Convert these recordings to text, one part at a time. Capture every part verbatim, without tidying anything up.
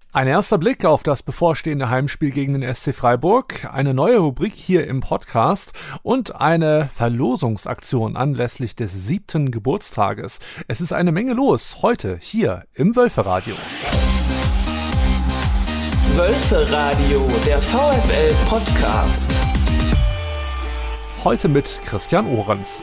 Ein erster Blick auf das bevorstehende Heimspiel gegen den S C Freiburg, eine neue Rubrik hier im Podcast und eine Verlosungsaktion anlässlich des siebten Geburtstages. Es ist eine Menge los, heute hier im Wölferadio. Wölferadio, der VfL-Podcast. Heute mit Christian Ohrens.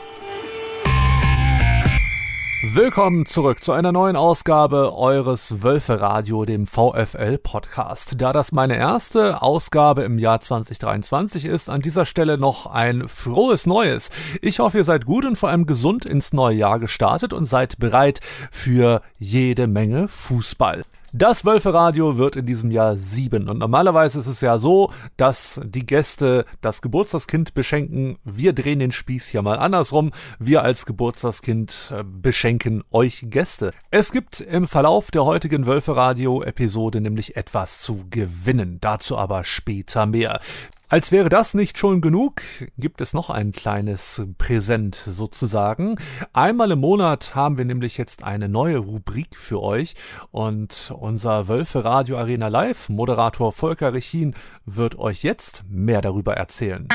Willkommen zurück zu einer neuen Ausgabe eures Wölferadio, dem VfL-Podcast. Da das meine erste Ausgabe im Jahr zwanzig dreiundzwanzig ist, an dieser Stelle noch ein frohes Neues. Ich hoffe, ihr seid gut und vor allem gesund ins neue Jahr gestartet und seid bereit für jede Menge Fußball. Das Wölferadio wird in diesem Jahr sieben und normalerweise ist es ja so, dass die Gäste das Geburtstagskind beschenken. Wir drehen den Spieß hier mal andersrum. Wir als Geburtstagskind beschenken euch Gäste. Es gibt im Verlauf der heutigen Wölferadio-Episode nämlich etwas zu gewinnen. Dazu aber später mehr. Als wäre das nicht schon genug, gibt es noch ein kleines Präsent sozusagen. Einmal im Monat haben wir nämlich jetzt eine neue Rubrik für euch und unser Wölferadio Arena Live Moderator Volker Rechin wird euch jetzt mehr darüber erzählen.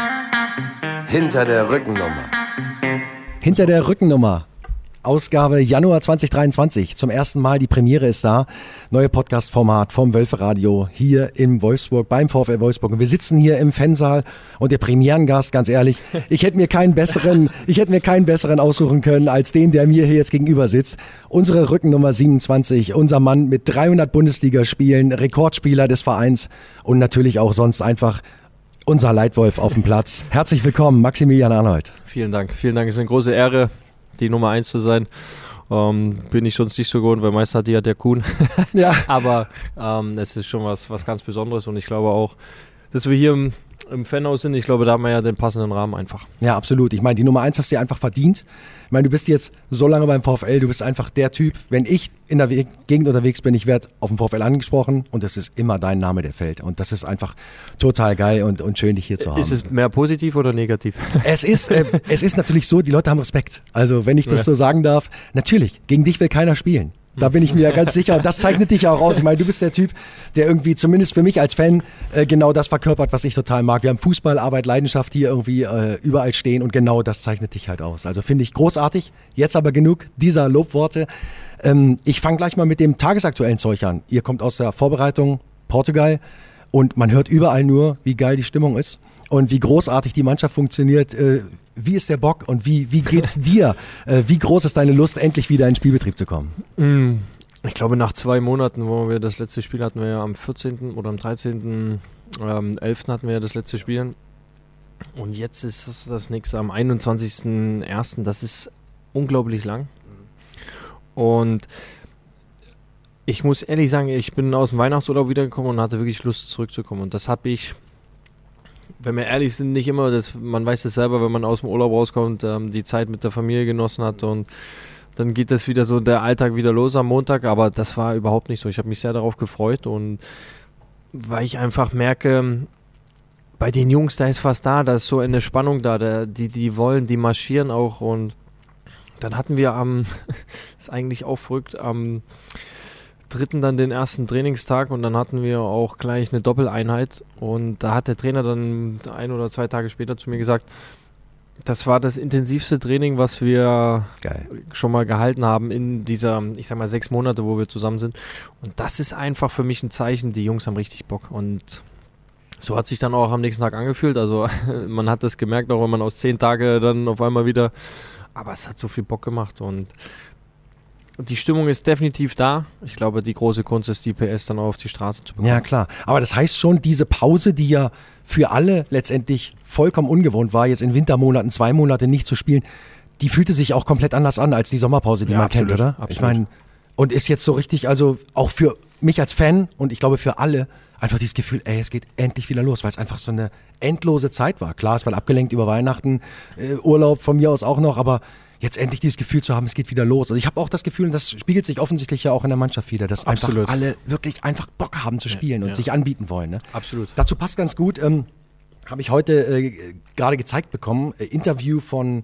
Hinter der Rückennummer. Hinter der Rückennummer. Ausgabe Januar zwanzig dreiundzwanzig. Zum ersten Mal, die Premiere ist da. Neue Podcast-Format vom Wölferadio hier in Wolfsburg, beim VfL Wolfsburg. Und wir sitzen hier im Fansaal und der Premierengast, ganz ehrlich, ich hätte mir keinen besseren, ich hätte mir keinen besseren aussuchen können als den, der mir hier jetzt gegenüber sitzt. Unsere Rückennummer siebenundzwanzig, unser Mann mit dreihundert Bundesligaspielen, Rekordspieler des Vereins und natürlich auch sonst einfach unser Leitwolf auf dem Platz. Herzlich willkommen, Maximilian Arnold. Vielen Dank, vielen Dank. Es ist eine große Ehre, die Nummer eins zu sein. Ähm, bin ich sonst nicht so gewohnt, weil meist hat die ja der Kuhn. Ja. Aber ähm, es ist schon was, was ganz Besonderes und ich glaube auch, dass wir hier im, im Fanhaus sind, ich glaube, da haben wir ja den passenden Rahmen einfach. Ja, absolut. Ich meine, die Nummer eins hast du dir einfach verdient. Ich meine, du bist jetzt so lange beim VfL, du bist einfach der Typ, wenn ich in der We- Gegend unterwegs bin, ich werde auf dem VfL angesprochen und es ist immer dein Name, der fällt. Und das ist einfach total geil und, und schön, dich hier zu haben. Ist es mehr positiv oder negativ? Es ist, äh, es ist natürlich so, die Leute haben Respekt. Also wenn ich das ja. so sagen darf, natürlich, gegen dich will keiner spielen. Da bin ich mir ja ganz sicher und das zeichnet dich ja auch aus. Ich meine, du bist der Typ, der irgendwie zumindest für mich als Fan äh, genau das verkörpert, was ich total mag. Wir haben Fußball, Arbeit, Leidenschaft hier irgendwie äh, überall stehen und genau das zeichnet dich halt aus. Also finde ich großartig. Jetzt aber genug dieser Lobworte. Ähm, ich fange gleich mal mit dem tagesaktuellen Zeug an. Ihr kommt aus der Vorbereitung Portugal und man hört überall nur, wie geil die Stimmung ist und wie großartig die Mannschaft funktioniert. Äh, Wie ist der Bock und wie, wie geht's dir? äh, wie groß ist deine Lust, endlich wieder in den Spielbetrieb zu kommen? Ich glaube, nach zwei Monaten, wo wir das letzte Spiel hatten, wir ja am vierzehnten oder am dreizehnten Ähm, elften hatten wir ja das letzte Spiel. Und jetzt ist das, das nächste am einundzwanzigsten ersten Das ist unglaublich lang. Und ich muss ehrlich sagen, ich bin aus dem Weihnachtsurlaub wiedergekommen und hatte wirklich Lust, zurückzukommen. Und das habe ich, wenn wir ehrlich sind, nicht immer, das, man weiß es selber, wenn man aus dem Urlaub rauskommt, ähm, die Zeit mit der Familie genossen hat und dann geht das wieder so, der Alltag wieder los am Montag, aber das war überhaupt nicht so. Ich habe mich sehr darauf gefreut und weil ich einfach merke, bei den Jungs, da ist was da, da ist so eine Spannung da, der, die, die wollen, die marschieren auch und dann hatten wir am, das ist eigentlich auch verrückt, am dritten dann den ersten Trainingstag und dann hatten wir auch gleich eine Doppeleinheit und da hat der Trainer dann ein oder zwei Tage später zu mir gesagt, das war das intensivste Training, was wir Geil. schon mal gehalten haben in dieser, ich sag mal, sechs Monate, wo wir zusammen sind und das ist einfach für mich ein Zeichen, die Jungs haben richtig Bock und so hat sich dann auch am nächsten Tag angefühlt, also man hat das gemerkt, auch wenn man aus zehn Tage dann auf einmal wieder, aber es hat so viel Bock gemacht und die Stimmung ist definitiv da. Ich glaube, die große Kunst ist, die P S dann auch auf die Straße zu bekommen. Ja, klar. Aber das heißt schon, diese Pause, die ja für alle letztendlich vollkommen ungewohnt war, jetzt in Wintermonaten zwei Monate nicht zu spielen, die fühlte sich auch komplett anders an als die Sommerpause, die ja, man absolut, kennt, oder? Absolut. Ich meine, und ist jetzt so richtig, also auch für mich als Fan und ich glaube für alle, einfach dieses Gefühl, ey, es geht endlich wieder los, weil es einfach so eine endlose Zeit war. Klar, es war abgelenkt über Weihnachten, äh, Urlaub von mir aus auch noch, aber jetzt endlich dieses Gefühl zu haben, es geht wieder los. Also ich habe auch das Gefühl, und das spiegelt sich offensichtlich ja auch in der Mannschaft wieder, dass Absolut. einfach alle wirklich einfach Bock haben zu spielen ja, und ja. sich anbieten wollen. Ne? Absolut. Dazu passt ganz gut, ähm, habe ich heute äh, gerade gezeigt bekommen, äh, Interview von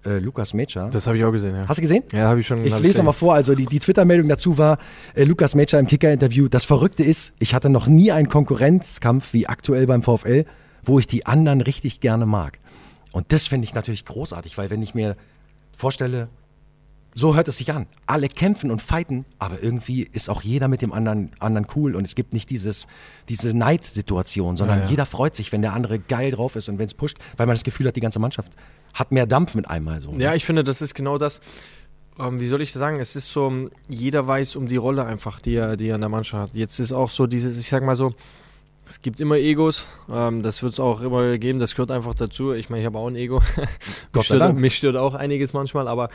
äh, Lukas Mecha. Das habe ich auch gesehen, ja. Hast du gesehen? Ja, habe ich schon. Ich lese nochmal vor, also die, die Twitter-Meldung dazu war, äh, Lukas Mecha im Kicker-Interview, das Verrückte ist, ich hatte noch nie einen Konkurrenzkampf wie aktuell beim VfL, wo ich die anderen richtig gerne mag. Und das finde ich natürlich großartig, weil wenn ich mir vorstelle, so hört es sich an. Alle kämpfen und fighten, aber irgendwie ist auch jeder mit dem anderen, anderen cool und es gibt nicht dieses, diese Neidsituation, sondern ja, ja. jeder freut sich, wenn der andere geil drauf ist und wenn es pusht, weil man das Gefühl hat, die ganze Mannschaft hat mehr Dampf mit einmal so. Ja, ich finde, das ist genau das. Ähm, wie soll ich das sagen? Es ist so, jeder weiß um die Rolle einfach, die er, die er in der Mannschaft hat. Jetzt ist auch so dieses, ich sag mal so, es gibt immer Egos, ähm, das wird es auch immer geben, das gehört einfach dazu. Ich meine, ich habe auch ein Ego. Gott mich, sei Dank. stört, mich stört auch einiges manchmal, aber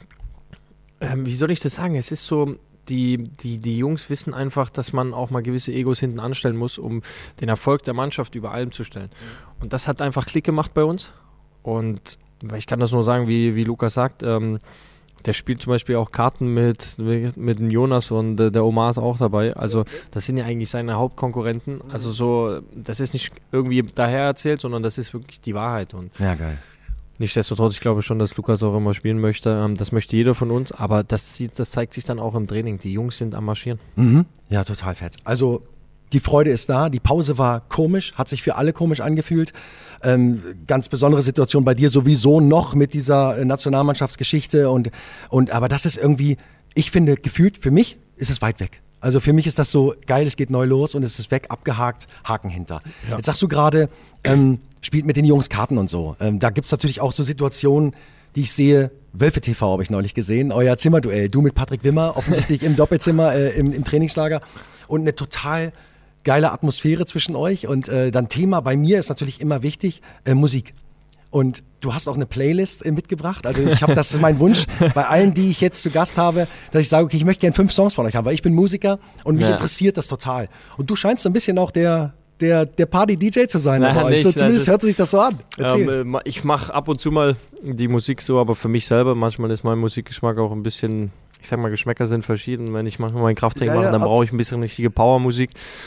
ähm, wie soll ich das sagen? Es ist so, die, die, die Jungs wissen einfach, dass man auch mal gewisse Egos hinten anstellen muss, um den Erfolg der Mannschaft über allem zu stellen. Und das hat einfach Klick gemacht bei uns. Und ich kann das nur sagen, wie, wie Lukas sagt, ähm, der spielt zum Beispiel auch Karten mit, mit, mit dem Jonas und äh, der Omar ist auch dabei. Also das sind ja eigentlich seine Hauptkonkurrenten. Also so, das ist nicht irgendwie daher erzählt, sondern das ist wirklich die Wahrheit. Und Ja, geil. nichtsdestotrotz, ich glaube schon, dass Lukas auch immer spielen möchte. Ähm, das möchte jeder von uns, aber das, sieht, das zeigt sich dann auch im Training. Die Jungs sind am Marschieren. Mhm. Ja, total fett. Also die Freude ist da, die Pause war komisch, hat sich für alle komisch angefühlt. Ähm, ganz besondere Situation bei dir sowieso noch mit dieser äh, Nationalmannschaftsgeschichte und, und aber das ist irgendwie, ich finde, gefühlt für mich ist es weit weg. Also für mich ist das so geil, es geht neu los und es ist weg, abgehakt, Haken hinter. Ja. Jetzt sagst du gerade, ähm, spielt mit den Jungs Karten und so. Ähm, da gibt es natürlich auch so Situationen, die ich sehe. Wölfe T V habe ich neulich gesehen, euer Zimmerduell. Du mit Patrick Wimmer, offensichtlich im Doppelzimmer, äh, im, im Trainingslager und eine total geile Atmosphäre zwischen euch und äh, dann Thema bei mir ist natürlich immer wichtig, äh, Musik. Und du hast auch eine Playlist äh, mitgebracht. Also ich habe, das ist mein Wunsch bei allen, die ich jetzt zu Gast habe, dass ich sage, okay, ich möchte gerne fünf Songs von euch haben, weil ich bin Musiker und mich Ja. interessiert das total. Und du scheinst so ein bisschen auch der, der, der Party-D J zu sein Nein, bei euch. nicht. So, zumindest Das ist- hört sich das so an. Erzähl. Ähm, äh, ich mache ab und zu mal die Musik so, aber für mich selber, manchmal ist mein Musikgeschmack auch ein bisschen, ich sag mal, Geschmäcker sind verschieden. Wenn ich manchmal meinen Krafttraining Ja, mache, ja, dann ab- brauche ich ein bisschen richtige Powermusik.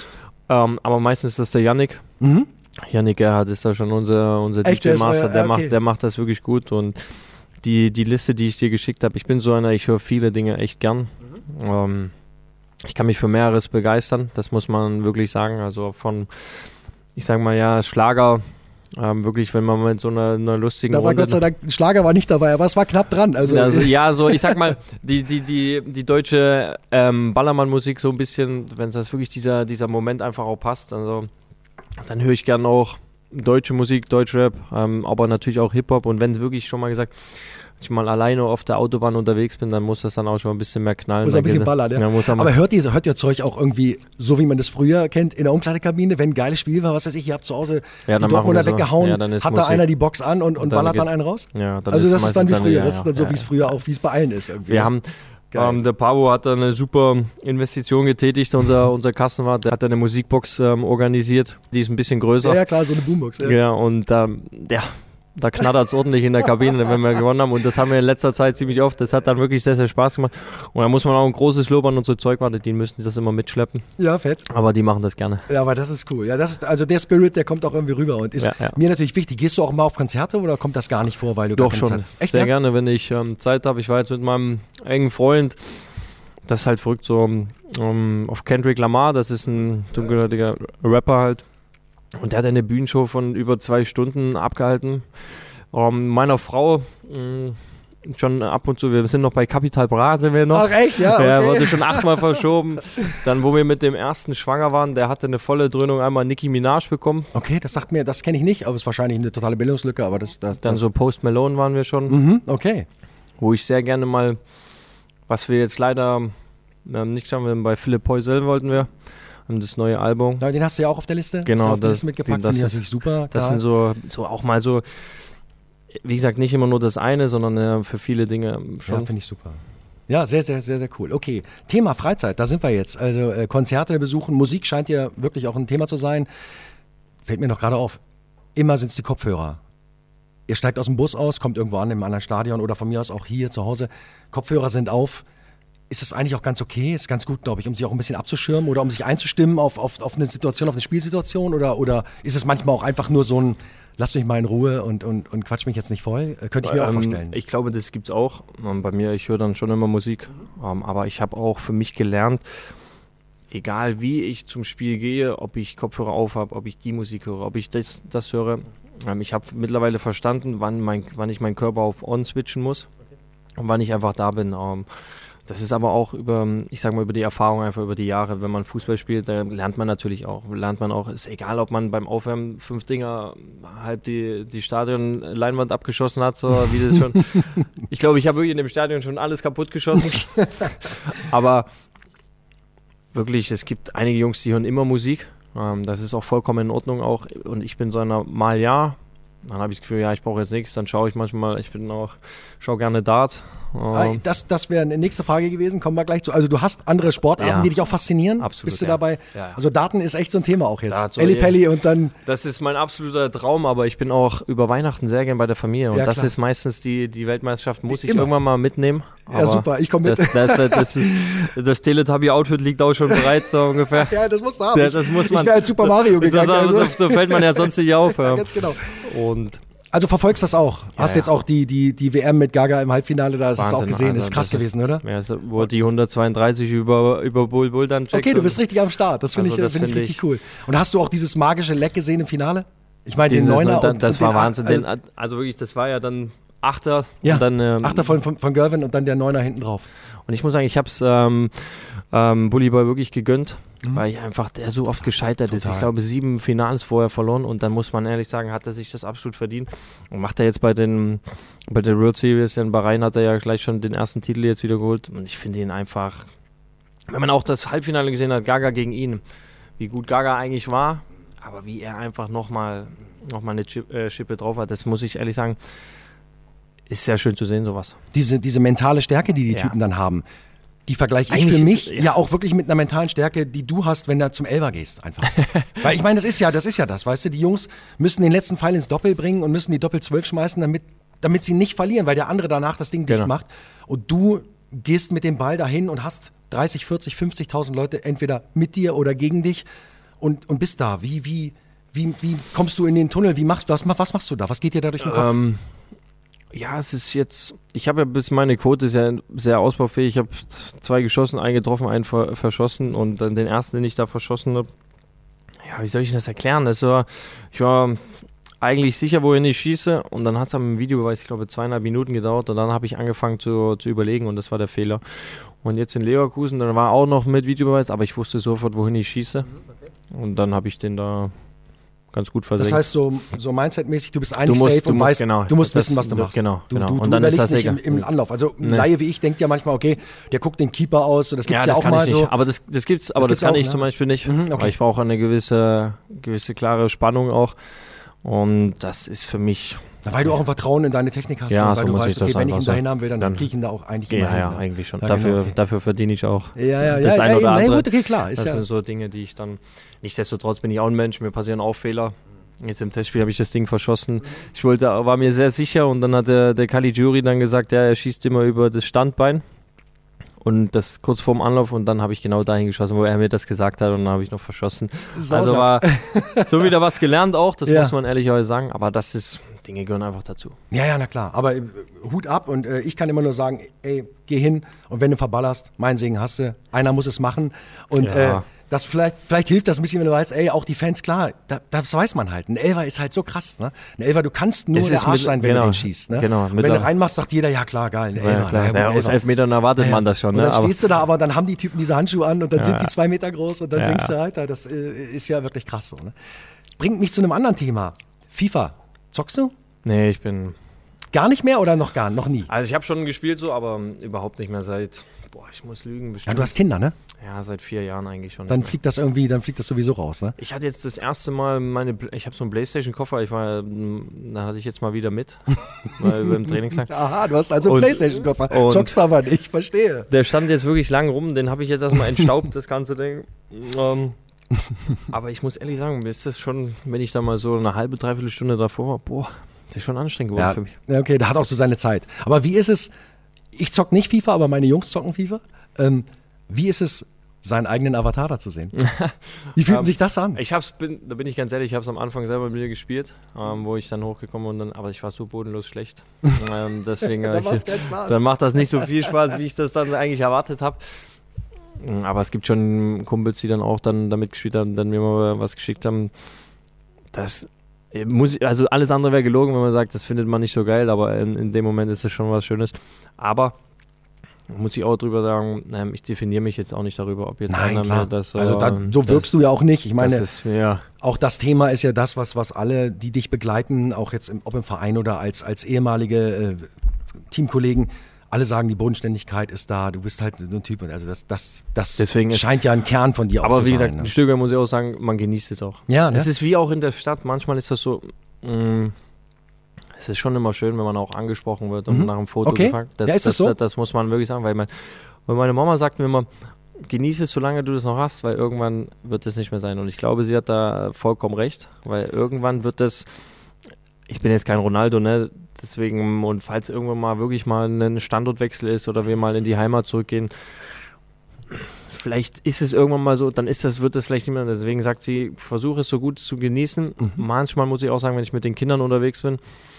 Ähm, aber meistens ist das der Yannick. Mhm. Yannick Gerhardt ist da schon unser, unser Echt, der ist D J-Master, euer- der, ja, okay. macht, der macht das wirklich gut und die, die Liste, die ich dir geschickt habe, ich bin so einer, ich höre viele Dinge echt gern. Mhm. Ähm, ich kann mich für mehreres begeistern, das muss man wirklich sagen. Also von, ich sag mal ja, Schlager, ähm, wirklich, wenn man mit so einer, einer lustigen Da war Runde... Gott sei Dank, Schlager war nicht dabei, aber es war knapp dran. Also, Also, ja, so, ich sag mal, die, die, die, die deutsche ähm, Ballermann-Musik so ein bisschen, wenn das wirklich dieser, dieser Moment einfach auch passt, also dann höre ich gerne auch deutsche Musik, Deutschrap, ähm, aber natürlich auch Hip-Hop und wenn wirklich schon mal gesagt, ich mal alleine auf der Autobahn unterwegs bin, dann muss das dann auch schon ein bisschen mehr knallen. muss ein Dann bisschen geht- ballern, ja. Ja, muss dann- Aber hört ihr, hört ihr Zeug auch irgendwie, so wie man das früher kennt, in der Umkleidekabine, wenn ein geiles Spiel war, was weiß ich, ihr habt zu Hause Ja, die dann Dortmunder machen wir so. weggehauen, Ja, dann ist hat da Musik. einer die Box an und, und, Und dann ballert dann geht's- einen raus? ja, dann Also das ist meistens dann wie früher, ja, das ist dann so, ja, wie es ja. früher auch, wie es bei allen ist irgendwie. Wir haben, Geil. ähm, der Pavo hat da eine super Investition getätigt, unser, unser Kassenwart, der hat da eine Musikbox ähm, organisiert, die ist ein bisschen größer. ja, ja, klar, so eine Boombox. Ja. Ja, und ähm, ja, da knattert es ordentlich in der Kabine, wenn wir gewonnen haben. Und das haben wir in letzter Zeit ziemlich oft. Das hat dann wirklich sehr, sehr Spaß gemacht. Und da muss man auch ein großes Lob an unsere Zeugwarte, die müssen das immer mitschleppen. ja, fett. Aber die machen das gerne. Ja, aber das ist cool. Ja, das ist, also der Spirit, der kommt auch irgendwie rüber und ist Ja, ja. mir natürlich wichtig. Gehst du auch mal auf Konzerte oder kommt das gar nicht vor, weil du gar Doch keine schon. Zeit hast? Echt, sehr ja? gerne, wenn ich ähm, Zeit habe. Ich war jetzt mit meinem engen Freund, das ist halt verrückt, so um, auf Kendrick Lamar, das ist ein dunkelhäutiger Rapper halt. Und der hat eine Bühnenshow von über zwei Stunden abgehalten. Um, meiner Frau mh, schon ab und zu, wir sind noch bei Capital Bra, sind wir noch. Ach echt, ja, Der okay. wurde schon achtmal verschoben. Dann, wo wir mit dem ersten schwanger waren, der hatte eine volle Dröhnung einmal Nicki Minaj bekommen. Okay, das sagt mir, das kenne ich nicht, aber es ist wahrscheinlich eine totale Bildungslücke, aber das, das, Dann das so Post Malone waren wir schon. Mhm, okay. Wo ich sehr gerne mal, was wir jetzt leider ähm, nicht schaffen, bei Philipp Poisel wollten wir, und das neue Album. Ja, den hast du ja auch auf der Liste. Genau, Hast du auf die das- Liste mitgepackt, das finde ich ist- natürlich super. Das geil. sind so, so auch mal so, wie gesagt, nicht immer nur das eine, sondern äh, für viele Dinge Ja, schon. finde ich super. Ja, sehr, sehr, sehr, sehr cool. Okay, Thema Freizeit, da sind wir jetzt. Also äh, Konzerte besuchen, Musik scheint ja wirklich auch ein Thema zu sein. Fällt mir noch gerade auf. Immer sind es die Kopfhörer. Ihr steigt aus dem Bus aus, kommt irgendwo an im anderen Stadion oder von mir aus auch hier zu Hause. Kopfhörer sind auf. ist das eigentlich auch ganz okay, ist ganz gut, glaube ich, um sich auch ein bisschen abzuschirmen oder um sich einzustimmen auf, auf, auf eine Situation, auf eine Spielsituation oder, oder ist es manchmal auch einfach nur so ein, lass mich mal in Ruhe und, und, und quatsch mich jetzt nicht voll? Äh, könnte ich mir ähm, auch vorstellen. Ich glaube, das gibt's auch. Ähm, bei mir, ich höre dann schon immer Musik, ähm, aber ich habe auch für mich gelernt, egal wie ich zum Spiel gehe, ob ich Kopfhörer auf habe, ob ich die Musik höre, ob ich das, das höre, ähm, ich habe mittlerweile verstanden, wann, mein, wann ich meinen Körper auf On switchen muss und wann ich einfach da bin. Ähm, Das ist aber auch über, ich sag mal, über die Erfahrung, einfach über die Jahre. Wenn man Fußball spielt, da lernt man natürlich auch, lernt man auch, ist egal, ob man beim Aufwärmen fünf Dinger halb die, die Stadionleinwand abgeschossen hat, so wie das schon. Ich glaube, ich habe wirklich in dem Stadion schon alles kaputt geschossen. Aber wirklich, es gibt einige Jungs, die hören immer Musik. Ähm, das ist auch vollkommen in Ordnung auch. Und ich bin so einer, mal ja, dann habe ich das Gefühl, ja, ich brauche jetzt nichts. Dann schaue ich manchmal, ich bin auch, schaue gerne Dart. Ähm, das das wäre eine nächste Frage gewesen, kommen wir gleich zu. Also du hast andere Sportarten, ja, die dich auch faszinieren? Absolut, Bist du ja. dabei? Ja, ja. Also Daten ist echt so ein Thema auch jetzt. Dart, so, Elli ja. Pelli und dann... Das ist mein absoluter Traum, aber ich bin auch über Weihnachten sehr gern bei der Familie. Und Ja, das klar. ist meistens die, die Weltmeisterschaft, muss ich Immer. irgendwann mal mitnehmen. Ja, Aber super, ich komme mit. Das, das, das, ist, das Teletubby-Outfit liegt auch schon bereit, so ungefähr. Ja, das musst du haben. Ja, das muss man. Ich wäre als Super Mario gegangen. Das, also. so, so fällt man ja sonst nicht auf. Ja, Ja. ganz genau. Und Also verfolgst das auch. Hast ja. jetzt auch die, die, die W M mit Gaga im Halbfinale, da hast du es auch Wahnsinn, gesehen. also ist krass das gewesen, oder? ja, so, wo die hundertzweiunddreißig über, über Bull Bull dann checkt. Okay, du bist richtig am Start. Das finde Also ich, das find ich find richtig ich- cool. Und hast du auch dieses magische Leck gesehen im Finale? Ich meine, den Dieses- Neuner. dann, und, das und war den, Wahnsinn. Also, Den, also wirklich, das war ja dann Achter. ja, Und dann, ähm, Achter von, von, von Gervin und dann der Neuner hinten drauf. Und ich muss sagen, ich habe es ähm, ähm, Bully Boy wirklich gegönnt, Mhm. weil ich einfach der so oft gescheitert ist. Total. Ich glaube, sieben Finals vorher verloren und dann muss man ehrlich sagen, hat er sich das absolut verdient. Und macht er jetzt bei den bei der World Series in Bahrain hat er ja gleich schon den ersten Titel jetzt wieder geholt. Und ich finde ihn einfach, wenn man auch das Halbfinale gesehen hat, Gaga gegen ihn, wie gut Gaga eigentlich war, aber wie er einfach nochmal noch mal eine Chip, äh, Schippe drauf hat, das muss ich ehrlich sagen, ist sehr schön zu sehen, sowas. Diese, diese mentale Stärke, die die Ja. Typen dann haben, die vergleiche ich Eigentlich für ist- mich ja. ja. auch wirklich mit einer mentalen Stärke, die du hast, wenn du zum Elfer gehst, einfach. Weil ich meine, das ist ja, das ist ja das, weißt du, die Jungs müssen den letzten Pfeil ins Doppel bringen und müssen die Doppel zwölf schmeißen, damit, damit sie nicht verlieren, weil der andere danach das Ding dicht Genau. macht. Und du gehst mit dem Ball dahin und hast dreißig, vierzig, fünfzigtausend Leute entweder mit dir oder gegen dich und, und bist da. Wie, wie, wie, wie kommst du in den Tunnel? Wie machst, was, was machst du da? Was geht dir da durch den Kopf? Ähm, ja, es ist jetzt, ich habe ja bis meine Quote ist ja sehr ausbaufähig. Ich habe zwei geschossen, einen getroffen, einen ver verschossen und dann den ersten, den ich da verschossen habe. Ja, wie soll ich das erklären? Das war, ich war eigentlich sicher, wohin ich schieße und dann hat es am Videobeweis, ich glaube, zweieinhalb Minuten gedauert und dann habe ich angefangen zu, zu überlegen und das war der Fehler. Und jetzt in Leverkusen, dann war auch noch mit Videobeweis, aber ich wusste sofort, wohin ich schieße und dann habe ich den da ganz gut versenkt. Das heißt, so, so Mindset-mäßig, du bist eigentlich Du musst- safe du und musst- weißt, genau, du musst das- wissen, was du du- machst. genau, du, genau. du, Und du dann ist überlegst das nicht im, egal. im Anlauf. Also ein Nee. Laie wie ich denkt ja manchmal, okay, der guckt den Keeper aus, so, das gibt's ja, das auch kann mal ich nicht. so. Aber das, das gibt's, aber das, gibt's kann auch, ich ne? zum Beispiel nicht. Mhm, okay. Weil ich brauche eine gewisse, gewisse klare Spannung auch. Und das ist für mich. Na, weil du auch ein Vertrauen in deine Technik hast. Ja, und weil so du muss weißt, ich das okay, wenn ich einfach ihn dahin sagen. haben will, dann, Dann- kriege ich ihn da auch eigentlich immer Ja, ja, hin. eigentlich schon. Ja, dafür, genau, okay. dafür verdiene ich auch. Ja, ja, das ja, ein ja, oder nee, andere. gut, okay, klar. Ist Das ja, sind so Dinge, die ich dann. Nichtsdestotrotz bin ich auch ein Mensch, mir passieren auch Fehler. Jetzt im Testspiel habe ich das Ding verschossen. Ich wollte, war mir sehr sicher und dann hat der, der Caligiuri dann gesagt, ja, er schießt immer über das Standbein. Und das kurz vorm Anlauf und dann habe ich genau dahin geschossen, wo er mir das gesagt hat und dann habe ich noch verschossen. Sauser. Also war so wieder was gelernt auch, das Ja. muss man ehrlicherweise sagen, aber das ist, Dinge gehören einfach dazu. ja, ja, na klar. Aber äh, Hut ab und äh, ich kann immer nur sagen, ey, geh hin und wenn du verballerst, mein Segen hast du. Einer muss es machen. Und Ja. äh, das vielleicht, vielleicht hilft das ein bisschen, wenn du weißt, ey, auch die Fans, klar, da, das weiß man halt. Ein Elfer ist halt so krass, ne? Ein Elfer, du kannst nur Es der ist Arsch mit- sein, wenn genau, du den schießt, ne? genau, Und wenn mit du der- reinmachst, sagt jeder, ja klar, geil, ein Elfer. Ja, klar. na gut, Ja, ein aus Elfer. Elfmetern erwartet Ja, man das schon. Und Ne? dann Aber stehst du da, aber dann haben die Typen diese Handschuhe an und dann Ja. sind die zwei Meter groß und dann Ja. denkst du, Alter, das äh, ist ja wirklich krass so, ne? Bringt mich zu einem anderen Thema. FIFA. Zockst du? nee, ich bin. Gar nicht mehr oder noch gar, noch nie? Also ich habe schon gespielt so, aber ähm, überhaupt nicht mehr seit. Boah, ich muss lügen, bestimmt. Ja, du hast Kinder, ne? Ja, seit vier Jahren eigentlich schon. Dann nicht mehr. fliegt das irgendwie, dann fliegt das sowieso raus, ne? Ich hatte jetzt das erste Mal meine, Pl- ich habe so einen Playstation-Koffer, ich war, ähm, da hatte ich jetzt mal wieder mit, weil beim Trainingslager. Aha, du hast also einen Und- Playstation-Koffer. und- Zockst aber nicht, verstehe. Der stand jetzt wirklich lang rum, den habe ich jetzt erstmal entstaubt, das ganze Ding. Ähm, aber ich muss ehrlich sagen, mir ist das schon, wenn ich da mal so eine halbe, dreiviertel Stunde davor war, boah, das ist schon anstrengend geworden Ja, für mich. ja, okay, der hat auch so seine Zeit. Aber wie ist es? Ich zock nicht FIFA, aber meine Jungs zocken FIFA. Ähm, wie ist es, seinen eigenen Avatar da zu sehen? Wie fühlt ähm, sich das an? Ich hab's, bin, da bin ich ganz ehrlich, ich habe es am Anfang selber mit mir gespielt, ähm, wo ich dann hochgekommen und dann, aber ich war so bodenlos schlecht. ähm, deswegen, da ich, macht's keinen Spaß. Dann macht das nicht so viel Spaß, wie ich das dann eigentlich erwartet habe. Aber es gibt schon Kumpels, die dann auch dann damit gespielt haben, dann mir mal was geschickt haben. Das muss, also alles andere wäre gelogen, wenn man sagt, das findet man nicht so geil, aber in, in dem Moment ist das schon was Schönes. Aber muss ich auch drüber sagen, ähm, ich definiere mich jetzt auch nicht darüber, ob jetzt Nein, einer klar. mir das... Also da, ähm, so wirkst das, du ja auch nicht. Ich meine, das ist, ja. auch das Thema ist ja das, was, was alle, die dich begleiten, auch jetzt im, ob im Verein oder als, als ehemalige äh, Teamkollegen, alle sagen, die Bodenständigkeit ist da, du bist halt so ein Typ. Also das, das, das Deswegen ist, scheint ja ein Kern von dir auch zu sein. Aber wie gesagt, ne? ein Stück weit muss ich auch sagen, man genießt es auch. Ja, ne? Es ist wie auch in der Stadt, manchmal ist das so... Mh, es ist schon immer schön, wenn man auch angesprochen wird und Mhm. nach einem Foto Okay. gefragt. Das, Ja, ist das, das so? das, das muss man wirklich sagen, weil, mein, weil meine Mama sagt mir immer, genieße es, solange du das noch hast, weil irgendwann wird es nicht mehr sein. Und ich glaube, sie hat da vollkommen recht, weil irgendwann wird das, ich bin jetzt kein Ronaldo, ne? Deswegen, und falls irgendwann mal wirklich mal ein Standortwechsel ist oder wir mal in die Heimat zurückgehen, vielleicht ist es irgendwann mal so, dann ist das, wird das vielleicht nicht mehr. Deswegen sagt sie, versuche es so gut zu genießen. Mhm. Manchmal muss ich auch sagen, wenn ich mit den Kindern unterwegs bin,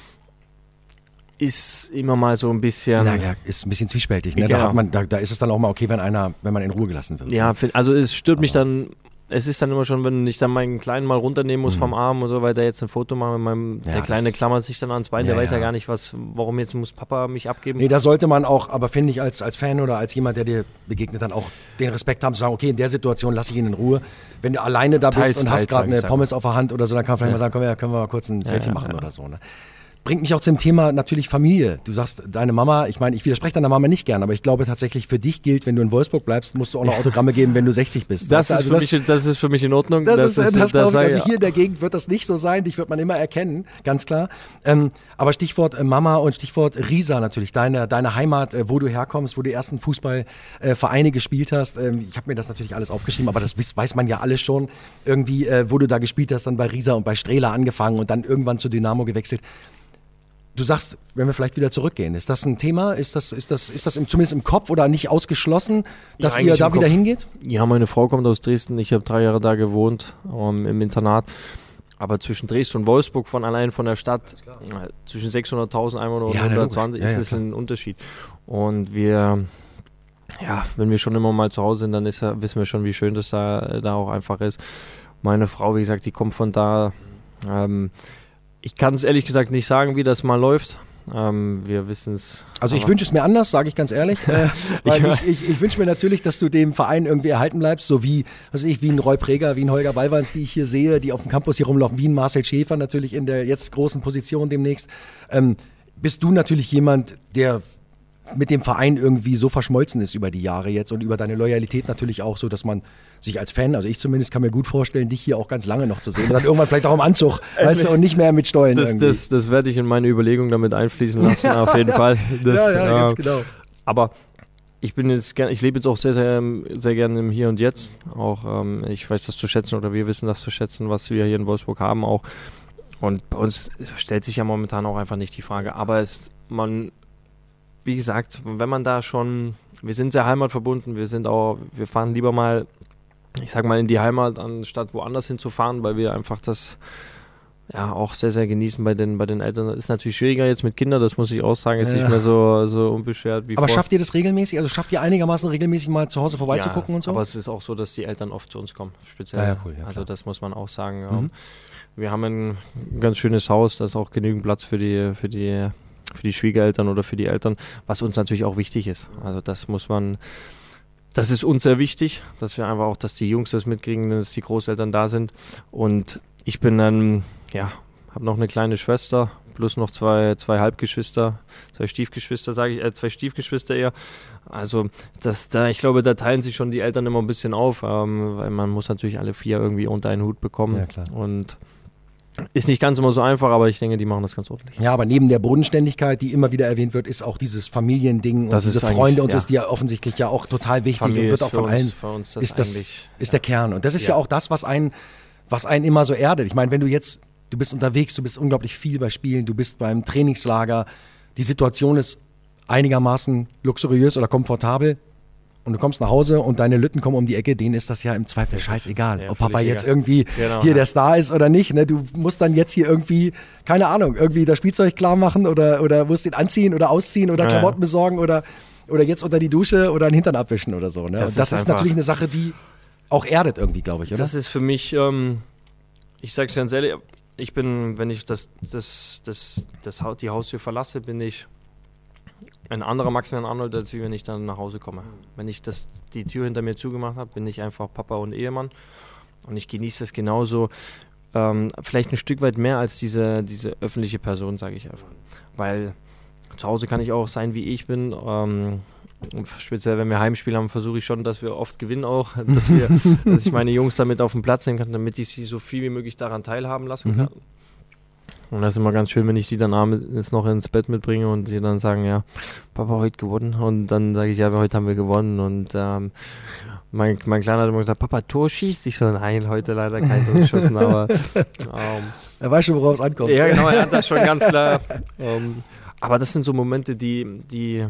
ist immer mal so ein bisschen. Ja, ja, ist ein bisschen zwiespältig. Ne? Ja. Da, hat man, da, da ist es dann auch mal okay, wenn einer, wenn man in Ruhe gelassen wird. Ja, find- also es stört mich dann. Es ist dann immer schon, wenn ich dann meinen Kleinen mal runternehmen muss Mhm. vom Arm und so, weil der jetzt ein Foto macht mit meinem, Ja, der Kleine das- klammert sich dann ans Bein, Ja, der weiß ja ja. gar nicht, was, warum jetzt muss Papa mich abgeben. Nee, da sollte man auch, aber finde ich als, als Fan oder als jemand, der dir begegnet, dann auch den Respekt haben zu sagen, okay, in der Situation lasse ich ihn in Ruhe. Wenn du alleine da Teils, bist und teils, hast gerade sag ich, eine sag Pommes auf der Hand oder so, dann kann man vielleicht Ja. mal sagen, komm, ja, können wir mal kurz ein Selfie ja, machen ja. oder so. Ne? Bringt mich auch zum Thema natürlich Familie. Du sagst, deine Mama, ich meine, ich widerspreche deiner Mama nicht gern, aber ich glaube tatsächlich für dich gilt, wenn du in Wolfsburg bleibst, musst du auch noch Autogramme geben, wenn du sechzig bist. Das, Weißt ist du, für mich, das ist für mich in Ordnung. Das, ist, das, das glaube ich, sag also hier in der Gegend wird das nicht so sein, dich wird man immer erkennen, ganz klar. Ähm, aber Stichwort äh, Mama und Stichwort Riesa natürlich, deine, deine Heimat, äh, wo du herkommst, wo du ersten Fußballvereine äh, gespielt hast. Ähm, ich habe mir das natürlich alles aufgeschrieben, aber das weiß, weiß man ja alles schon. Irgendwie, äh, wo du da gespielt hast, dann bei Riesa und bei Strehla angefangen und dann irgendwann zu Dynamo gewechselt. Du sagst, wenn wir vielleicht wieder zurückgehen, ist das ein Thema? Ist das, ist das, ist das im, zumindest im Kopf oder nicht ausgeschlossen, dass Ja, ihr eigentlich da im wieder Kopf. hingeht? Ja, meine Frau kommt aus Dresden. Ich habe drei Jahre da gewohnt, ähm, im Internat. Aber zwischen Dresden und Wolfsburg, von allein von der Stadt, äh, zwischen sechshunderttausend Einwohner und Ja, na, hundertzwanzig, logisch. Ja, ist ja, es ein Unterschied. Und wir, ja, wenn wir schon immer mal zu Hause sind, dann ist, ja- wissen wir schon, wie schön das da, da auch einfach ist. Meine Frau, wie gesagt, die kommt von da. Ähm, ich kann es ehrlich gesagt nicht sagen, wie das mal läuft. Ähm, wir wissen es. Also ich wünsche es mir anders, sage ich ganz ehrlich. Äh, weil ich, ich, ich wünsche mir natürlich, dass du dem Verein irgendwie erhalten bleibst, so wie, was weiß ich, wie ein Roy Preger, wie ein Holger Ballwanz, die ich hier sehe, die auf dem Campus hier rumlaufen, wie ein Marcel Schäfer natürlich in der jetzt großen Position demnächst. Ähm, bist du natürlich jemand, der mit dem Verein irgendwie so verschmolzen ist über die Jahre jetzt und über deine Loyalität natürlich auch so, dass man sich als Fan, also ich zumindest kann mir gut vorstellen, dich hier auch ganz lange noch zu sehen und dann irgendwann vielleicht auch im Anzug, weißt du, und nicht mehr mit Stollen Das, irgendwie. das, das werde ich in meine Überlegung damit einfließen lassen, auf jeden Fall. Das, ja, ja, ganz äh, genau. Aber ich bin jetzt gern, ich lebe jetzt auch sehr, sehr, sehr gerne im Hier und Jetzt. Auch ähm, ich weiß das zu schätzen oder wir wissen das zu schätzen, was wir hier in Wolfsburg haben auch. Und bei uns stellt sich ja momentan auch einfach nicht die Frage. Aber es, man, wie gesagt, wenn man da schon, wir sind sehr heimatverbunden, wir sind auch, wir fahren lieber mal, ich sag mal, in die Heimat, anstatt woanders hinzufahren, weil wir einfach das ja auch sehr, sehr genießen bei den, bei den Eltern. Das ist natürlich schwieriger jetzt mit Kindern, das muss ich auch sagen, ist Ja. nicht mehr so, so unbeschwert wie Aber vor. schafft ihr das regelmäßig? Also schafft ihr einigermaßen regelmäßig mal zu Hause vorbeizugucken ja, und so? aber es ist auch so, dass die Eltern oft zu uns kommen, speziell. Ja, ja, cool, ja, also klar. das muss man auch sagen. Mhm. Ähm, Wir haben ein ganz schönes Haus, da ist auch genügend Platz für die, für die, für die Schwiegereltern oder für die Eltern, was uns natürlich auch wichtig ist. Also das muss man, das ist uns sehr wichtig, dass wir einfach auch, dass die Jungs das mitkriegen, dass die Großeltern da sind. Und ich bin dann, ja, habe noch eine kleine Schwester, plus noch zwei, zwei Halbgeschwister, zwei Stiefgeschwister, sage ich, äh, zwei Stiefgeschwister eher. Also das, da, ich glaube, da teilen sich schon die Eltern immer ein bisschen auf, ähm, weil man muss natürlich alle vier irgendwie unter einen Hut bekommen. Ja, klar. Und ist nicht ganz immer so einfach, aber ich denke, die machen das ganz ordentlich. Ja, aber neben der Bodenständigkeit, die immer wieder erwähnt wird, ist auch dieses Familiending Das und diese ist eigentlich, Freunde und so ja. ist die ja offensichtlich ja auch total wichtig Familie und wird ist auch für von uns, allen, für uns das ist das, eigentlich, ist ja. der Kern. Und das ist ja, Ja. auch das, was einen, was einen immer so erdet. Ich meine, wenn du jetzt, du bist unterwegs, du bist unglaublich viel bei Spielen, du bist beim Trainingslager, die Situation ist einigermaßen luxuriös oder komfortabel. und du kommst nach Hause und deine Lütten kommen um die Ecke, denen ist das ja im Zweifel scheißegal, ja, ob Papa jetzt egal. irgendwie genau, hier ja. der Star ist oder nicht. Ne? Du musst dann jetzt hier irgendwie, keine Ahnung, irgendwie das Spielzeug klar machen oder, oder musst ihn anziehen oder ausziehen oder ja, Klamotten ja. besorgen oder, oder jetzt unter die Dusche oder den Hintern abwischen oder so. Ne? Das, das ist, ist natürlich eine Sache, die auch erdet irgendwie, glaube ich, oder? Das ist für mich, ähm, ich sage es ganz ehrlich, ich bin, wenn ich das, das, das, das, das, die Haustür verlasse, bin ich ein anderer Maximilian Arnold, als wie wenn ich dann nach Hause komme. Wenn ich das, die Tür hinter mir zugemacht habe, bin ich einfach Papa und Ehemann. Und ich genieße das genauso, ähm, vielleicht ein Stück weit mehr als diese, diese öffentliche Person, sage ich einfach. Weil zu Hause kann ich auch sein, wie ich bin. Ähm, und speziell, wenn wir Heimspiele haben, versuche ich schon, dass wir oft gewinnen auch. Dass, wir, dass ich meine Jungs damit auf den Platz nehmen kann, damit ich sie so viel wie möglich daran teilhaben lassen mhm. kann. Und das ist immer ganz schön, wenn ich die dann abends noch ins Bett mitbringe und die dann sagen, ja, Papa, heute gewonnen. Und dann sage ich, ja, heute haben wir gewonnen. Und ähm, mein, mein Kleiner hat immer gesagt, Papa, Tor schießt. Ich so, nein, heute leider kein Tor geschossen, aber ähm, er weiß schon, worauf es ankommt. Ja, genau, er hat das schon ganz klar. ähm, aber das sind so Momente, die, die,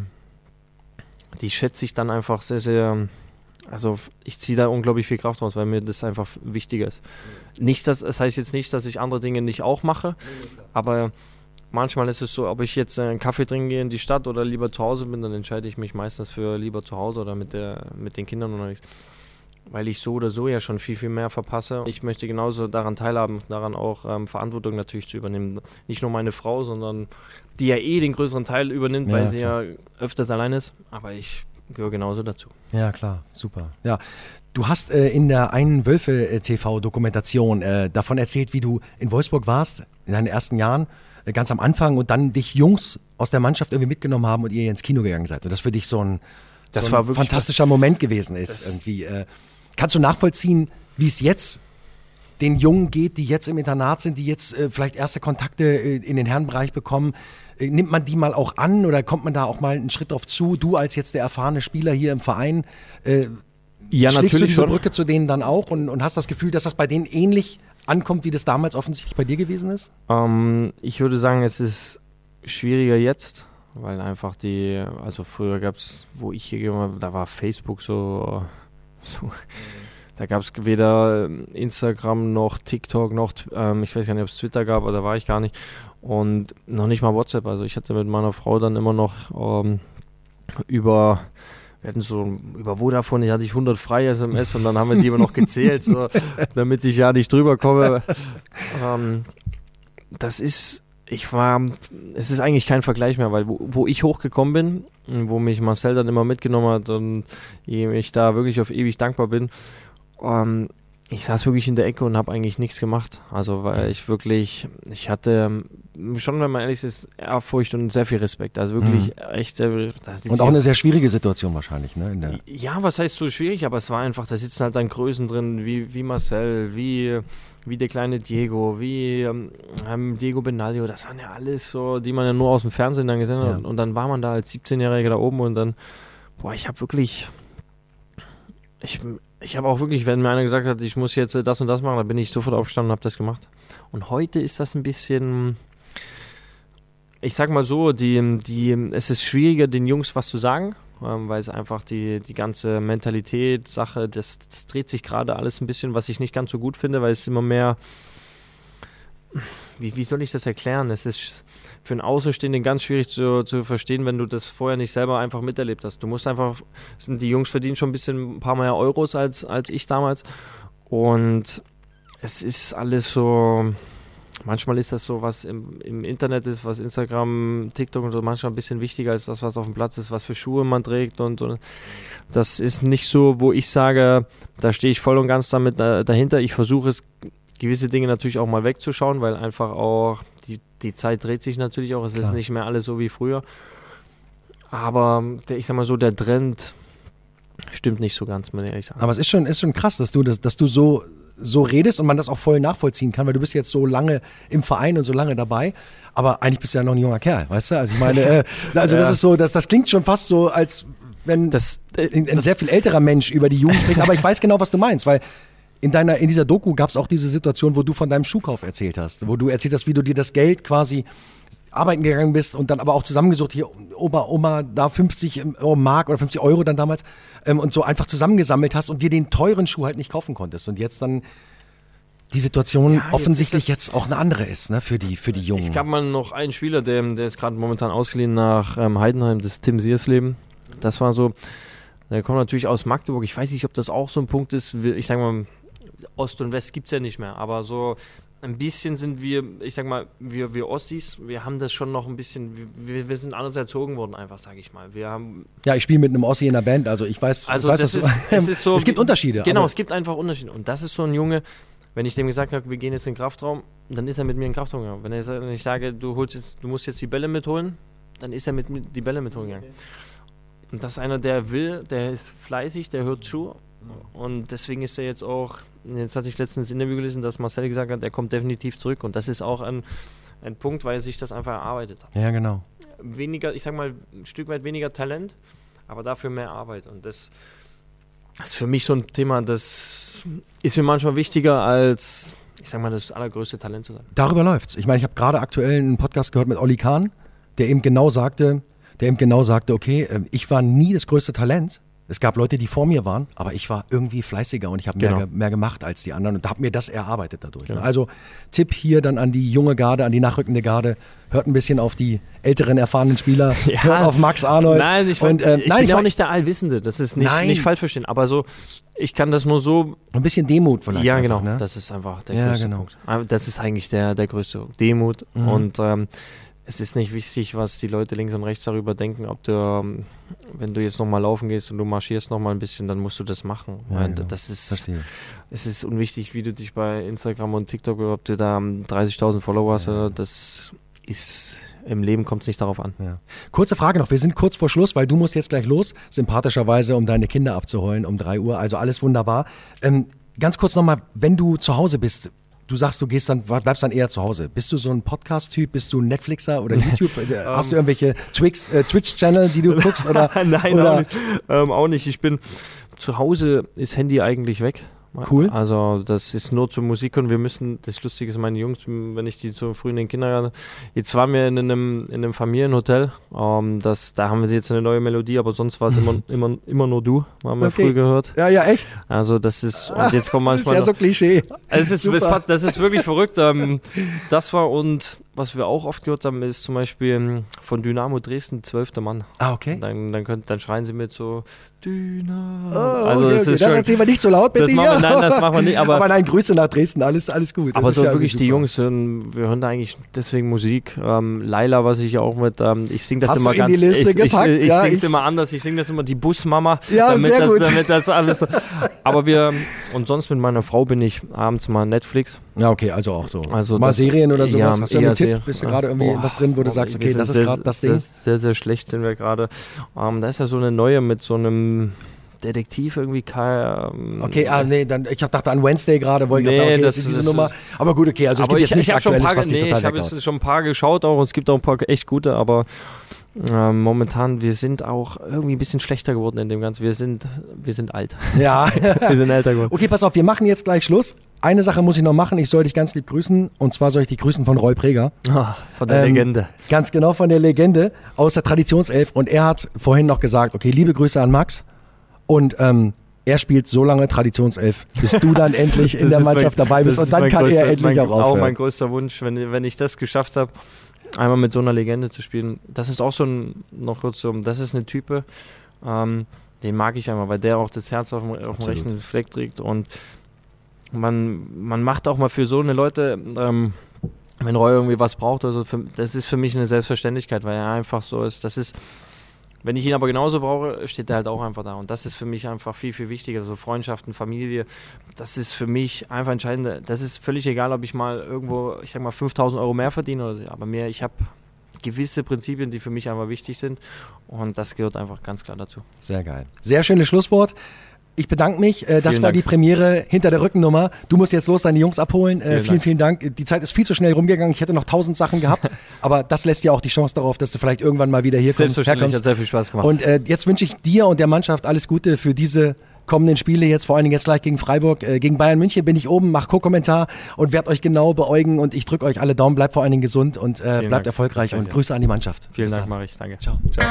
die schätze ich dann einfach sehr, sehr. Also ich ziehe da unglaublich viel Kraft raus, weil mir das einfach wichtiger ist. Nicht, dass, das heißt jetzt nicht, dass ich andere Dinge nicht auch mache, aber manchmal ist es so, ob ich jetzt einen Kaffee trinken gehe in die Stadt oder lieber zu Hause bin, dann entscheide ich mich meistens für lieber zu Hause oder mit, der, mit den Kindern oder nicht. Weil ich so oder so ja schon viel, viel mehr verpasse. Ich möchte genauso daran teilhaben, daran auch ähm, Verantwortung natürlich zu übernehmen. Nicht nur meine Frau, sondern die ja eh den größeren Teil übernimmt, ja, weil sie klar. ja öfters allein ist, aber ich gehöre genauso dazu. Ja, klar, super. Ja, du hast äh, in der einen Wölfe-T V-Dokumentation äh, davon erzählt, wie du in Wolfsburg warst, in deinen ersten Jahren, äh, ganz am Anfang und dann dich Jungs aus der Mannschaft irgendwie mitgenommen haben und ihr ins Kino gegangen seid. Und das für dich so ein, das so war ein fantastischer was, Moment gewesen ist. Irgendwie. Äh, kannst du nachvollziehen, wie es jetzt den Jungen geht, die jetzt im Internat sind, die jetzt äh, vielleicht erste Kontakte äh, in den Herrenbereich bekommen? Äh, nimmt man die mal auch an oder kommt man da auch mal einen Schritt drauf zu? Du als jetzt der erfahrene Spieler hier im Verein, äh, ja, schlägst du diese schon. Brücke zu denen dann auch und, und hast das Gefühl, dass das bei denen ähnlich ankommt, wie das damals offensichtlich bei dir gewesen ist? Ähm, ich würde sagen, es ist schwieriger jetzt, weil einfach die, also früher gab es, wo ich hier gegangen war, da war Facebook so, so da gab es weder Instagram noch TikTok noch, ähm, ich weiß gar nicht, ob es Twitter gab, aber da war ich gar nicht und noch nicht mal WhatsApp, also ich hatte mit meiner Frau dann immer noch ähm, über Wir hatten so über Vodafone, hatte ich hundert freie S M S und dann haben wir die immer noch gezählt, so, damit ich ja nicht drüber komme. Ähm, das ist, ich war, es ist eigentlich kein Vergleich mehr, weil wo, wo ich hochgekommen bin, wo mich Marcel dann immer mitgenommen hat und ich da wirklich auf ewig dankbar bin, ähm, ich saß wirklich in der Ecke und habe eigentlich nichts gemacht. Also weil ich wirklich, ich hatte schon, wenn man ehrlich ist, Ehrfurcht und sehr viel Respekt. Also wirklich mhm. echt sehr. Und auch eine sehr schwierige Situation wahrscheinlich, ne? In der ja, was heißt so schwierig, aber es war einfach, da sitzen halt dann Größen drin, wie, wie Marcel, wie, wie der kleine Diego, wie ähm, Diego Benaglio, das waren ja alles so, die man ja nur aus dem Fernsehen dann gesehen hat. Ja. Und, und dann war man da als siebzehnjähriger da oben und dann, boah, ich habe wirklich, ich Ich habe auch wirklich, wenn mir einer gesagt hat, ich muss jetzt das und das machen, dann bin ich sofort aufgestanden und habe das gemacht. Und heute ist das ein bisschen, ich sag mal so, die, die, es ist schwieriger, den Jungs was zu sagen, ähm, weil es einfach die, die ganze Mentalität, Sache, das, das dreht sich gerade alles ein bisschen, was ich nicht ganz so gut finde, weil es immer mehr, wie, wie soll ich das erklären? Es ist für einen Außenstehenden ganz schwierig zu, zu verstehen, wenn du das vorher nicht selber einfach miterlebt hast. Du musst einfach, sind die Jungs verdienen schon ein bisschen, ein paar mehr Euros als, als ich damals und es ist alles so, manchmal ist das so, was im, im Internet ist, was Instagram, TikTok und so, manchmal ein bisschen wichtiger als das, was auf dem Platz ist, was für Schuhe man trägt und so. Das ist nicht so, wo ich sage, da stehe ich voll und ganz damit dahinter. Ich versuche es, gewisse Dinge natürlich auch mal wegzuschauen, weil einfach auch die, die Zeit dreht sich natürlich auch. Es Klar. ist nicht mehr alles so wie früher. Aber der, ich sag mal so, der Trend stimmt nicht so ganz, muss ich ehrlich sagen. Aber es ist schon, ist schon krass, dass du, das, dass du so, so redest und man das auch voll nachvollziehen kann, weil du bist jetzt so lange im Verein und so lange dabei. Aber eigentlich bist du ja noch ein junger Kerl, weißt du? Also ich meine, äh, also ja. das ist so, das, das klingt schon fast so, als wenn das, äh, ein, ein sehr viel älterer Mensch über die Jugend spricht. Aber ich weiß genau, was du meinst, weil In, deiner, in dieser Doku gab es auch diese Situation, wo du von deinem Schuhkauf erzählt hast, wo du erzählt hast, wie du dir das Geld quasi arbeiten gegangen bist und dann aber auch zusammengesucht, hier Oma, Oma, da fünfzig Mark oder fünfzig Euro dann damals ähm, und so einfach zusammengesammelt hast und dir den teuren Schuh halt nicht kaufen konntest und jetzt dann die Situation Ja, jetzt offensichtlich ist das- jetzt auch eine andere ist, ne, für die, für die Jungen. Es gab mal noch einen Spieler, der, der ist gerade momentan ausgeliehen nach ähm, Heidenheim, das ist Tim Siersleben. Das war so, der kommt natürlich aus Magdeburg. Ich weiß nicht, ob das auch so ein Punkt ist. Wir- Ich sag mal, Ost und West gibt es ja nicht mehr, aber so ein bisschen sind wir, ich sag mal, wir, wir Ossis, wir haben das schon noch ein bisschen, wir, wir sind anders erzogen worden einfach, sag ich mal. Wir haben, Ja, ich spiele mit einem Ossi in der Band, also ich weiß, also ich weiß das was ist, du- es ist so. es gibt Unterschiede. Genau, aber- es gibt einfach Unterschiede. Und das ist so ein Junge, wenn ich dem gesagt habe, wir gehen jetzt in den Kraftraum, dann ist er mit mir in den Kraftraum gegangen. Wenn er- wenn ich sage, du holst jetzt, du musst jetzt die Bälle mitholen, dann ist er mit mir die Bälle mitholen gegangen. Und das ist einer, der will, der ist fleißig, der hört zu. Und deswegen ist er jetzt auch, jetzt hatte ich letztens ein Interview gelesen, dass Marcel gesagt hat, er kommt definitiv zurück. Und das ist auch ein, ein Punkt, weil er sich das einfach erarbeitet hat. Ja, genau. Weniger, ich sag mal, ein Stück weit weniger Talent, aber dafür mehr Arbeit. Und das, das ist für mich so ein Thema, das ist mir manchmal wichtiger als, ich sag mal, das allergrößte Talent zu sein. Darüber läuft's. Ich meine, ich habe gerade aktuell einen Podcast gehört mit Olli Kahn, der eben genau sagte, der eben genau sagte, okay, ähm, ich war nie das größte Talent. Es gab Leute, die vor mir waren, aber ich war irgendwie fleißiger und ich habe Genau. mehr, ge- mehr gemacht als die anderen und habe mir das erarbeitet dadurch. Genau. Also Tipp hier dann an die junge Garde, an die nachrückende Garde, hört ein bisschen auf die älteren, erfahrenen Spieler, Ja. hört auf Max Arnold. Nein, ich, und, mein, ähm, ich nein, bin ich ja auch mein- nicht der Allwissende, das ist nicht, Nein. nicht falsch verstehen, aber so, ich kann das nur so, ein bisschen Demut vielleicht. ja einfach, genau, Ne? das ist einfach der Ja, größte genau. Punkt. Aber das ist eigentlich der, der größte Punkt. Demut Mhm. und ähm, es ist nicht wichtig, was die Leute links und rechts darüber denken, ob du, ähm, wenn du jetzt nochmal laufen gehst und du marschierst nochmal ein bisschen, dann musst du das machen. Ja, Weil genau. Das ist, Verstehe. es ist unwichtig, wie du dich bei Instagram und TikTok, ob du da ähm, dreißigtausend Follower hast, Ja. oder das ist, im Leben kommt es nicht darauf an. Ja. Kurze Frage noch, wir sind kurz vor Schluss, weil du musst jetzt gleich los, sympathischerweise, um deine Kinder abzuholen um drei Uhr, also alles wunderbar. Ähm, ganz kurz nochmal, wenn du zu Hause bist, du sagst, du gehst dann, bleibst dann eher zu Hause. Bist du so ein Podcast-Typ, bist du ein Netflixer oder YouTube? Äh, Hast du irgendwelche Twix, äh, Twitch-Channel, die du guckst? Oder, Nein, oder? auch, nicht. Ähm, auch nicht. Ich bin zu Hause, ist Handy eigentlich weg. Cool. Also das ist nur zur Musik und wir müssen, das Lustige ist, meine Jungs, wenn ich die so früh in den Kindergarten, jetzt waren wir in einem, in einem Familienhotel, ähm, das, da haben wir jetzt eine neue Melodie, aber sonst war es immer, immer, immer nur du, haben wir Okay. früh gehört. Ja, ja, echt? Also das ist, und jetzt kommt Das ist manchmal ja noch, so Klischee. es ist, Super. es war- das ist wirklich verrückt. Ähm, das war, und was wir auch oft gehört haben, ist zum Beispiel ähm, von Dynamo Dresden, zwölfter Mann. Ah, okay. Dann, dann, könnt, dann schreien sie mit so Dynamo. Oh, also okay, das okay. ist das schon, erzählen wir nicht so laut, bitte. das machen wir, hier. nein, das machen wir nicht. Aber, Aber nein, Grüße nach Dresden, alles, alles gut. Das aber ist so ja wirklich die super. Jungs, hören, wir hören da eigentlich deswegen Musik. Ähm, Laila, was ich ja auch mit, ähm, ich singe das Hast immer du in ganz, die Liste ich, gepackt? ich, ich Ja, singe es ich- immer anders. Ich singe das immer die Busmama. Ja, damit sehr das, gut. Damit das alles. So. Aber wir, und sonst mit meiner Frau bin ich abends mal Netflix. Ja, okay, also auch so. Also Mal das- Serien oder sowas? ja, Hast du eher einen Tipp? Serien. Bist du gerade irgendwie Boah, was drin, wo du boah, sagst, wir okay, sind das ist sehr, gerade das sehr, Ding? Sehr, sehr schlecht sind wir gerade. Ähm, da ist ja so eine neue mit so einem Detektiv irgendwie. Kai, ähm, Okay, ah, nee, dann, ich hab dachte an Wednesday gerade, wollte ich Nee, gerade sagen, okay, das- das ist diese das Nummer. ist- Aber gut, okay, also es aber gibt ich, jetzt nichts ich habe schon ein Aktuelles, paar, was dich nee, total ich habe weghaut. jetzt schon ein paar geschaut auch und es gibt auch ein paar echt gute, aber ähm, momentan, wir sind auch irgendwie ein bisschen schlechter geworden in dem Ganzen. Wir sind, wir sind alt. Ja. Wir sind älter geworden. Okay, pass auf, wir machen jetzt gleich Schluss. Eine Sache muss ich noch machen, ich soll dich ganz lieb grüßen und zwar soll ich dich grüßen von Roy Preger. Ah, von der Ähm, Legende. Ganz genau, von der Legende aus der Traditionself und er hat vorhin noch gesagt, okay, liebe Grüße an Max und ähm, er spielt so lange Traditionself, bis du dann endlich in Das der ist Mannschaft mein- dabei bist das und ist dann mein kann größter, er endlich mein, auch aufhören. Auch mein größter Wunsch, wenn, wenn ich das geschafft habe, einmal mit so einer Legende zu spielen. Das ist auch so ein, noch kurz so, das ist eine Type, ähm, den mag ich einmal, weil der auch das Herz auf dem, auf dem Absolut. rechten Fleck trägt und man, man macht auch mal für so eine Leute, ähm, wenn Roy irgendwie was braucht, also für, das ist für mich eine Selbstverständlichkeit, weil er einfach so ist, das ist, wenn ich ihn aber genauso brauche, steht er halt auch einfach da. Und das ist für mich einfach viel, viel wichtiger. Also Freundschaften, Familie, das ist für mich einfach entscheidend. Das ist völlig egal, ob ich mal irgendwo, ich sag mal, fünftausend Euro mehr verdiene oder so. Aber mehr, ich habe gewisse Prinzipien, die für mich einfach wichtig sind. Und das gehört einfach ganz klar dazu. Sehr geil. Sehr schönes Schlusswort. Ich bedanke mich. Äh, das Vielen war Dank. die Premiere hinter der Rückennummer. Du musst jetzt los deine Jungs abholen. Äh, Vielen vielen, Dank. vielen Dank. Die Zeit ist viel zu schnell rumgegangen. Ich hätte noch tausend Sachen gehabt. Aber das lässt ja auch die Chance darauf, dass du vielleicht irgendwann mal wieder hier kommst, Selbstverständlich, herkommst. hat sehr viel Spaß gemacht. Und äh, jetzt wünsche ich dir und der Mannschaft alles Gute für diese kommenden Spiele jetzt, vor allen Dingen jetzt gleich gegen Freiburg, äh, gegen Bayern München, bin ich oben, mache Co-Kommentar und werde euch genau beäugen und ich drücke euch alle Daumen, bleibt vor allen Dingen gesund und äh, bleibt Dank. erfolgreich Danke. und Grüße an die Mannschaft. Vielen Bis Dank, dann. mache ich. Danke. Ciao. Ciao.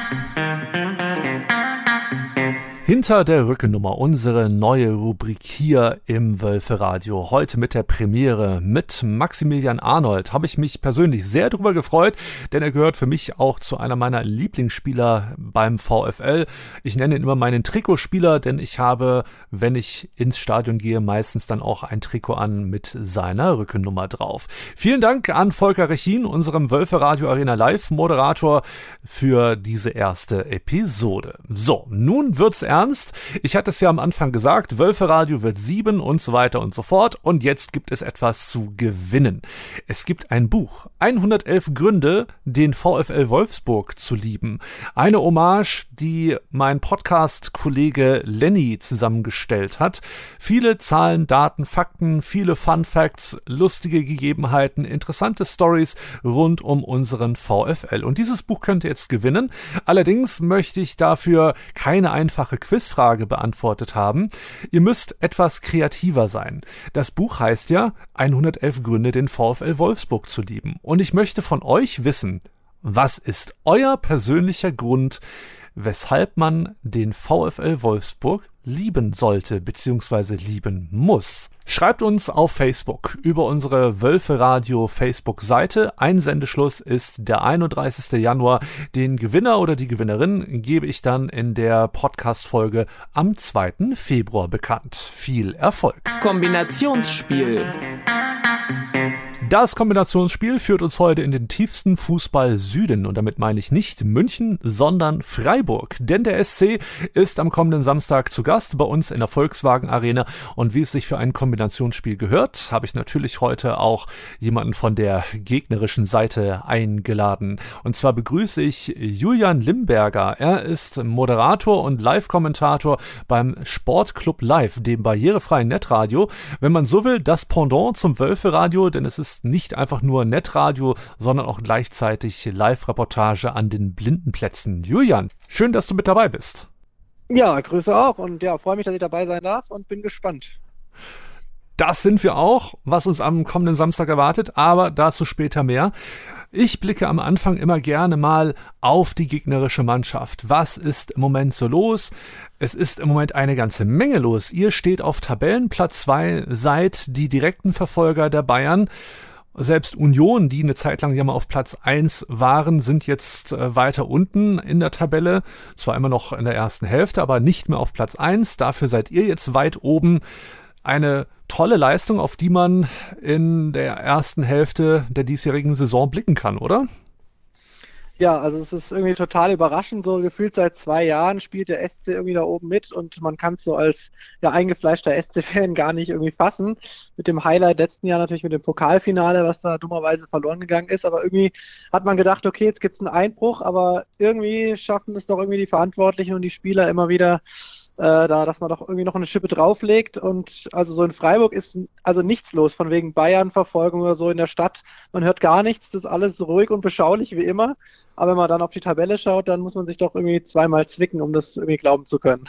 Hinter der Rückennummer, unsere neue Rubrik hier im Wölferadio. Heute mit der Premiere mit Maximilian Arnold. Habe ich mich persönlich sehr drüber gefreut, denn er gehört für mich auch zu einer meiner Lieblingsspieler beim VfL. Ich nenne ihn immer meinen Trikotspieler, denn ich habe, wenn ich ins Stadion gehe, meistens dann auch ein Trikot an mit seiner Rückennummer drauf. Vielen Dank an Volker Rechin, unserem Wölferadio Arena Live Moderator, für diese erste Episode. So, nun wird's ernst. Ich hatte es ja am Anfang gesagt, Wölferadio wird sieben und so weiter und so fort und jetzt gibt es etwas zu gewinnen. Es gibt ein Buch, hundertelf Gründe, den VfL Wolfsburg zu lieben. Eine Hommage, die mein Podcast-Kollege Lenny zusammengestellt hat. Viele Zahlen, Daten, Fakten, viele Fun Facts, lustige Gegebenheiten, interessante Stories rund um unseren VfL. Und dieses Buch könnt ihr jetzt gewinnen. Allerdings möchte ich dafür keine einfache Quizfrage beantwortet haben. Ihr müsst etwas kreativer sein. Das Buch heißt ja hundertelf Gründe, den VfL Wolfsburg zu lieben. Und ich möchte von euch wissen, was ist euer persönlicher Grund, weshalb man den VfL Wolfsburg lieben sollte bzw. lieben muss. Schreibt uns auf Facebook über unsere Wölferadio Facebook-Seite. Einsendeschluss ist der einunddreißigster Januar. Den Gewinner oder die Gewinnerin gebe ich dann in der Podcast-Folge am zweiten Februar bekannt. Viel Erfolg! Kombinationsspiel. Das Kombinationsspiel führt uns heute in den tiefsten Fußball Süden und damit meine ich nicht München, sondern Freiburg. Denn der S C ist am kommenden Samstag zu Gast bei uns in der Volkswagen Arena und wie es sich für ein Kombinationsspiel gehört, habe ich natürlich heute auch jemanden von der gegnerischen Seite eingeladen. Und zwar begrüße ich Julian Limberger. Er ist Moderator und Live-Kommentator beim Sportclub Live, dem barrierefreien Netradio. Wenn man so will, das Pendant zum Wölferadio, denn es ist nicht einfach nur Netradio, sondern auch gleichzeitig Live-Reportage an den Blindenplätzen. Julian, schön, dass du mit dabei bist. Ja, Grüße auch und ja, freue mich, dass ich dabei sein darf und bin gespannt. Das sind wir auch, was uns am kommenden Samstag erwartet, aber dazu später mehr. Ich blicke am Anfang immer gerne mal auf die gegnerische Mannschaft. Was ist im Moment so los? Es ist im Moment eine ganze Menge los. Ihr steht auf Tabellenplatz zwei, seid die direkten Verfolger der Bayern. Selbst Union, die eine Zeit lang ja mal auf Platz eins waren, sind jetzt äh, weiter unten in der Tabelle. Zwar immer noch in der ersten Hälfte, aber nicht mehr auf Platz eins. Dafür seid ihr jetzt weit oben. Eine tolle Leistung, auf die man in der ersten Hälfte der diesjährigen Saison blicken kann, oder? Ja, also es ist irgendwie total überraschend. So gefühlt seit zwei Jahren spielt der S C irgendwie da oben mit und man kann es so als ja, eingefleischter S C-Fan gar nicht irgendwie fassen. Mit dem Highlight letzten Jahr natürlich mit dem Pokalfinale, was da dummerweise verloren gegangen ist. Aber irgendwie hat man gedacht, okay, jetzt gibt es einen Einbruch, aber irgendwie schaffen es doch irgendwie die Verantwortlichen und die Spieler immer wieder, Äh, da, dass man doch irgendwie noch eine Schippe drauflegt und also so in Freiburg ist also nichts los, von wegen Bayern-Verfolgung oder so in der Stadt. Man hört gar nichts, das ist alles ruhig und beschaulich wie immer. Aber wenn man dann auf die Tabelle schaut, dann muss man sich doch irgendwie zweimal zwicken, um das irgendwie glauben zu können.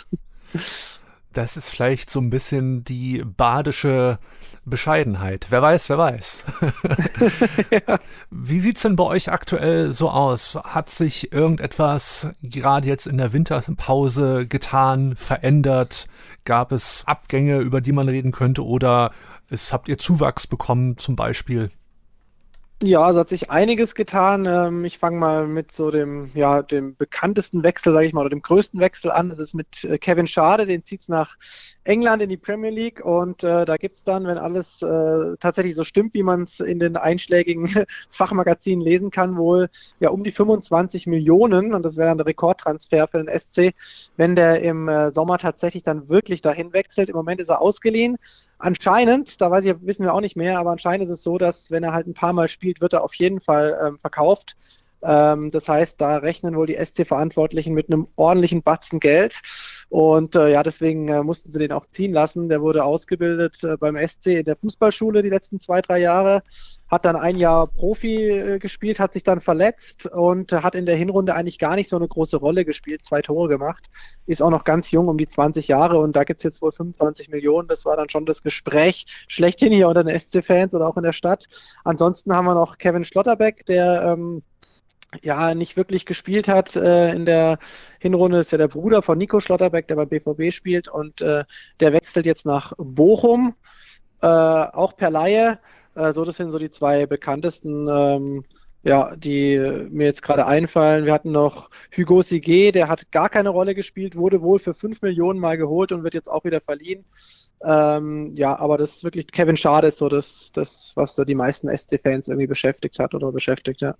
Das ist vielleicht so ein bisschen die badische Bescheidenheit. Wer weiß, wer weiß. Ja. Wie sieht's denn bei euch aktuell so aus? Hat sich irgendetwas gerade jetzt in der Winterpause getan, verändert? Gab es Abgänge, über die man reden könnte? Oder es, habt ihr Zuwachs bekommen zum Beispiel? Ja, also hat sich einiges getan. Ich fange mal mit so dem, ja, dem bekanntesten Wechsel, sage ich mal, oder dem größten Wechsel an. Das ist mit Kevin Schade, den zieht es nach England in die Premier League und äh, da gibt es dann, wenn alles äh, tatsächlich so stimmt, wie man es in den einschlägigen Fachmagazinen lesen kann, wohl ja um die fünfundzwanzig Millionen und das wäre dann der Rekordtransfer für den S C, wenn der im äh, Sommer tatsächlich dann wirklich dahin wechselt. Im Moment ist er ausgeliehen. Anscheinend, da weiß ich, wissen wir auch nicht mehr, aber anscheinend ist es so, dass wenn er halt ein paar Mal spielt, wird er auf jeden Fall ähm, verkauft. Ähm, das heißt, da rechnen wohl die S C-Verantwortlichen mit einem ordentlichen Batzen Geld. Und äh, ja, deswegen äh, mussten sie den auch ziehen lassen. Der wurde ausgebildet äh, beim S C in der Fußballschule die letzten zwei, drei Jahre. hat dann ein Jahr Profi äh, gespielt, hat sich dann verletzt und äh, hat in der Hinrunde eigentlich gar nicht so eine große Rolle gespielt, zwei Tore gemacht, ist auch noch ganz jung, um die zwanzig Jahre und da gibt's jetzt wohl fünfundzwanzig Millionen, das war dann schon das Gespräch schlechthin hier unter den S C-Fans oder auch in der Stadt. Ansonsten haben wir noch Kevin Schlotterbeck, der ähm, ja nicht wirklich gespielt hat äh, in der Hinrunde, ist ja der Bruder von Nico Schlotterbeck, der bei B V B spielt und äh, der wechselt jetzt nach Bochum, äh, auch per Laie. Äh, so, das sind so die zwei bekanntesten, ähm, ja, die mir jetzt gerade einfallen. Wir hatten noch Hugo Sigue, der hat gar keine Rolle gespielt, wurde wohl für fünf Millionen mal geholt und wird jetzt auch wieder verliehen. Ähm, ja, aber das ist wirklich, Kevin Schade ist so das, das was so die meisten S C-Fans irgendwie beschäftigt hat oder beschäftigt, ja.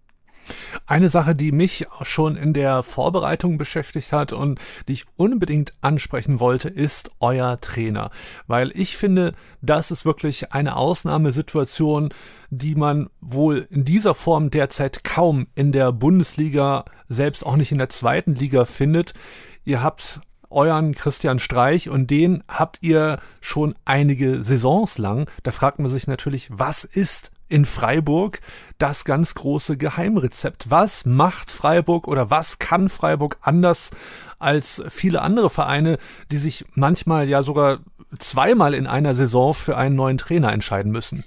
Eine Sache, die mich schon in der Vorbereitung beschäftigt hat und die ich unbedingt ansprechen wollte, ist euer Trainer. Weil ich finde, das ist wirklich eine Ausnahmesituation, die man wohl in dieser Form derzeit kaum in der Bundesliga, selbst auch nicht in der zweiten Liga findet. Ihr habt euren Christian Streich und den habt ihr schon einige Saisons lang. Da fragt man sich natürlich, was ist in Freiburg das ganz große Geheimrezept? Was macht Freiburg oder was kann Freiburg anders als viele andere Vereine, die sich manchmal ja sogar zweimal in einer Saison für einen neuen Trainer entscheiden müssen?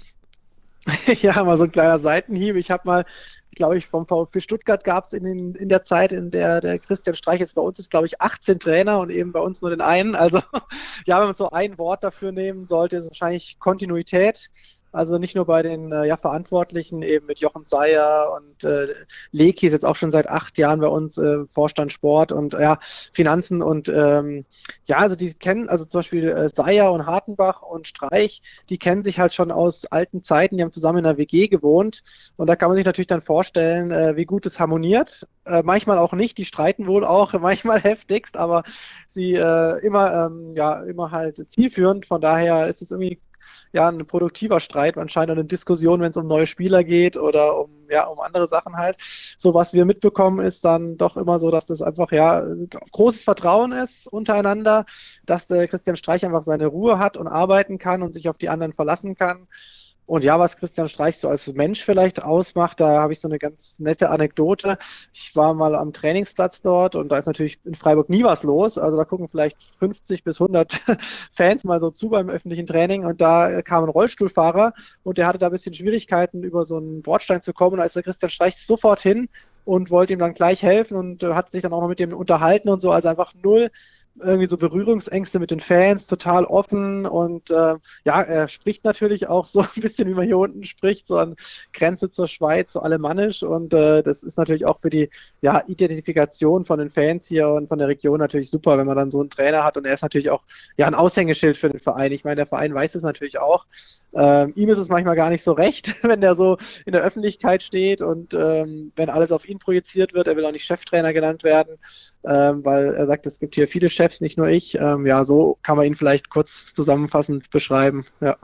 Ja, mal so ein kleiner Seitenhieb. Ich habe mal, glaube ich, vom VfB Stuttgart gab es in, den, in der Zeit, in der der Christian Streich jetzt bei uns ist, glaube ich, achtzehn Trainer und eben bei uns nur den einen. Also ja, wenn man so ein Wort dafür nehmen sollte, ist es wahrscheinlich Kontinuität. Also nicht nur bei den äh, ja, Verantwortlichen, eben mit Jochen Seyer und äh, Leki ist jetzt auch schon seit acht Jahren bei uns äh, Vorstand Sport und ja, Finanzen und ähm, ja, also die kennen, also zum Beispiel äh, Seyer und Hartenbach und Streich, die kennen sich halt schon aus alten Zeiten, die haben zusammen in einer W G gewohnt und da kann man sich natürlich dann vorstellen, äh, wie gut es harmoniert. Äh, manchmal auch nicht, die streiten wohl auch, manchmal heftigst, aber sie äh, immer, ähm, ja, immer halt zielführend, von daher ist es irgendwie ja, ein produktiver Streit, anscheinend eine Diskussion, wenn es um neue Spieler geht oder um, ja, um andere Sachen halt. So, was wir mitbekommen, ist dann doch immer so, dass das einfach, ja, großes Vertrauen ist untereinander, dass der Christian Streich einfach seine Ruhe hat und arbeiten kann und sich auf die anderen verlassen kann. Und ja, was Christian Streich so als Mensch vielleicht ausmacht, da habe ich so eine ganz nette Anekdote. Ich war mal am Trainingsplatz dort und da ist natürlich in Freiburg nie was los. Also da gucken vielleicht fünfzig bis hundert Fans mal so zu beim öffentlichen Training und da kam ein Rollstuhlfahrer und der hatte da ein bisschen Schwierigkeiten, über so einen Bordstein zu kommen. Da ist der Christian Streich sofort hin und wollte ihm dann gleich helfen und äh, hat sich dann auch noch mit dem unterhalten und so. Also einfach null irgendwie so Berührungsängste mit den Fans, total offen und äh, ja, er spricht natürlich auch so ein bisschen, wie man hier unten spricht, so an Grenze zur Schweiz, so alemannisch und äh, das ist natürlich auch für die ja, Identifikation von den Fans hier und von der Region natürlich super, wenn man dann so einen Trainer hat und er ist natürlich auch ja ein Aushängeschild für den Verein. Ich meine, der Verein weiß es natürlich auch. Ähm, ihm ist es manchmal gar nicht so recht, wenn der so in der Öffentlichkeit steht und ähm, wenn alles auf ihn projiziert wird. Er will auch nicht Cheftrainer genannt werden, ähm, weil er sagt, es gibt hier viele Chefs, nicht nur ich. Ähm, ja, so kann man ihn vielleicht kurz zusammenfassend beschreiben. Ja.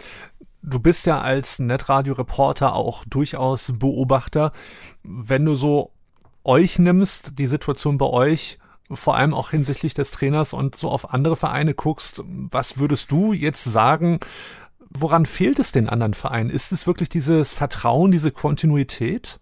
Du bist ja als Netradio-Reporter auch durchaus Beobachter. Wenn du so euch nimmst, die Situation bei euch, vor allem auch hinsichtlich des Trainers und so auf andere Vereine guckst, was würdest du jetzt sagen, woran fehlt es den anderen Vereinen? Ist es wirklich dieses Vertrauen, diese Kontinuität?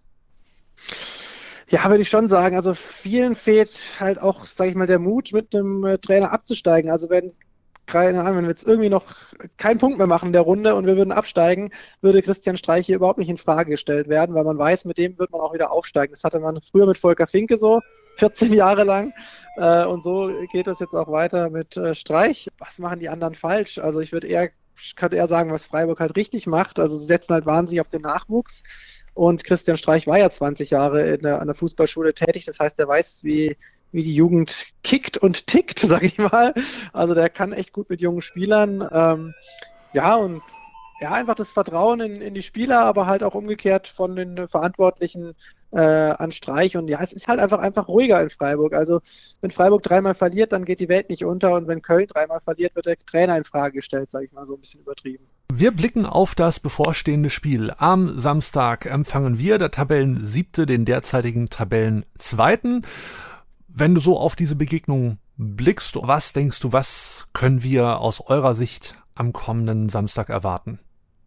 Ja, würde ich schon sagen. Also vielen fehlt halt auch, sage ich mal, der Mut, mit einem äh, Trainer abzusteigen. Also wenn, keine Ahnung, wenn wir jetzt irgendwie noch keinen Punkt mehr machen in der Runde und wir würden absteigen, würde Christian Streich hier überhaupt nicht in Frage gestellt werden, weil man weiß, mit dem wird man auch wieder aufsteigen. Das hatte man früher mit Volker Finke so, vierzehn Jahre lang. Äh, und so geht es jetzt auch weiter mit äh, Streich. Was machen die anderen falsch? Also ich würde eher Ich könnte eher sagen, was Freiburg halt richtig macht. Also sie setzen halt wahnsinnig auf den Nachwuchs. Und Christian Streich war ja zwanzig Jahre in der, an der Fußballschule tätig. Das heißt, er weiß, wie, wie die Jugend kickt und tickt, sag ich mal. Also der kann echt gut mit jungen Spielern. Ähm, ja, und ja, einfach das Vertrauen in, in die Spieler, aber halt auch umgekehrt von den Verantwortlichen äh, an Streich. Und ja, es ist halt einfach einfach ruhiger in Freiburg. Also wenn Freiburg dreimal verliert, dann geht die Welt nicht unter. Und wenn Köln dreimal verliert, wird der Trainer in Frage gestellt, sage ich mal, so ein bisschen übertrieben. Wir blicken auf das bevorstehende Spiel. Am Samstag empfangen wir, der Tabellensiebte, den derzeitigen Tabellenzweiten. Wenn du so auf diese Begegnung blickst, was denkst du, was können wir aus eurer Sicht am kommenden Samstag erwarten?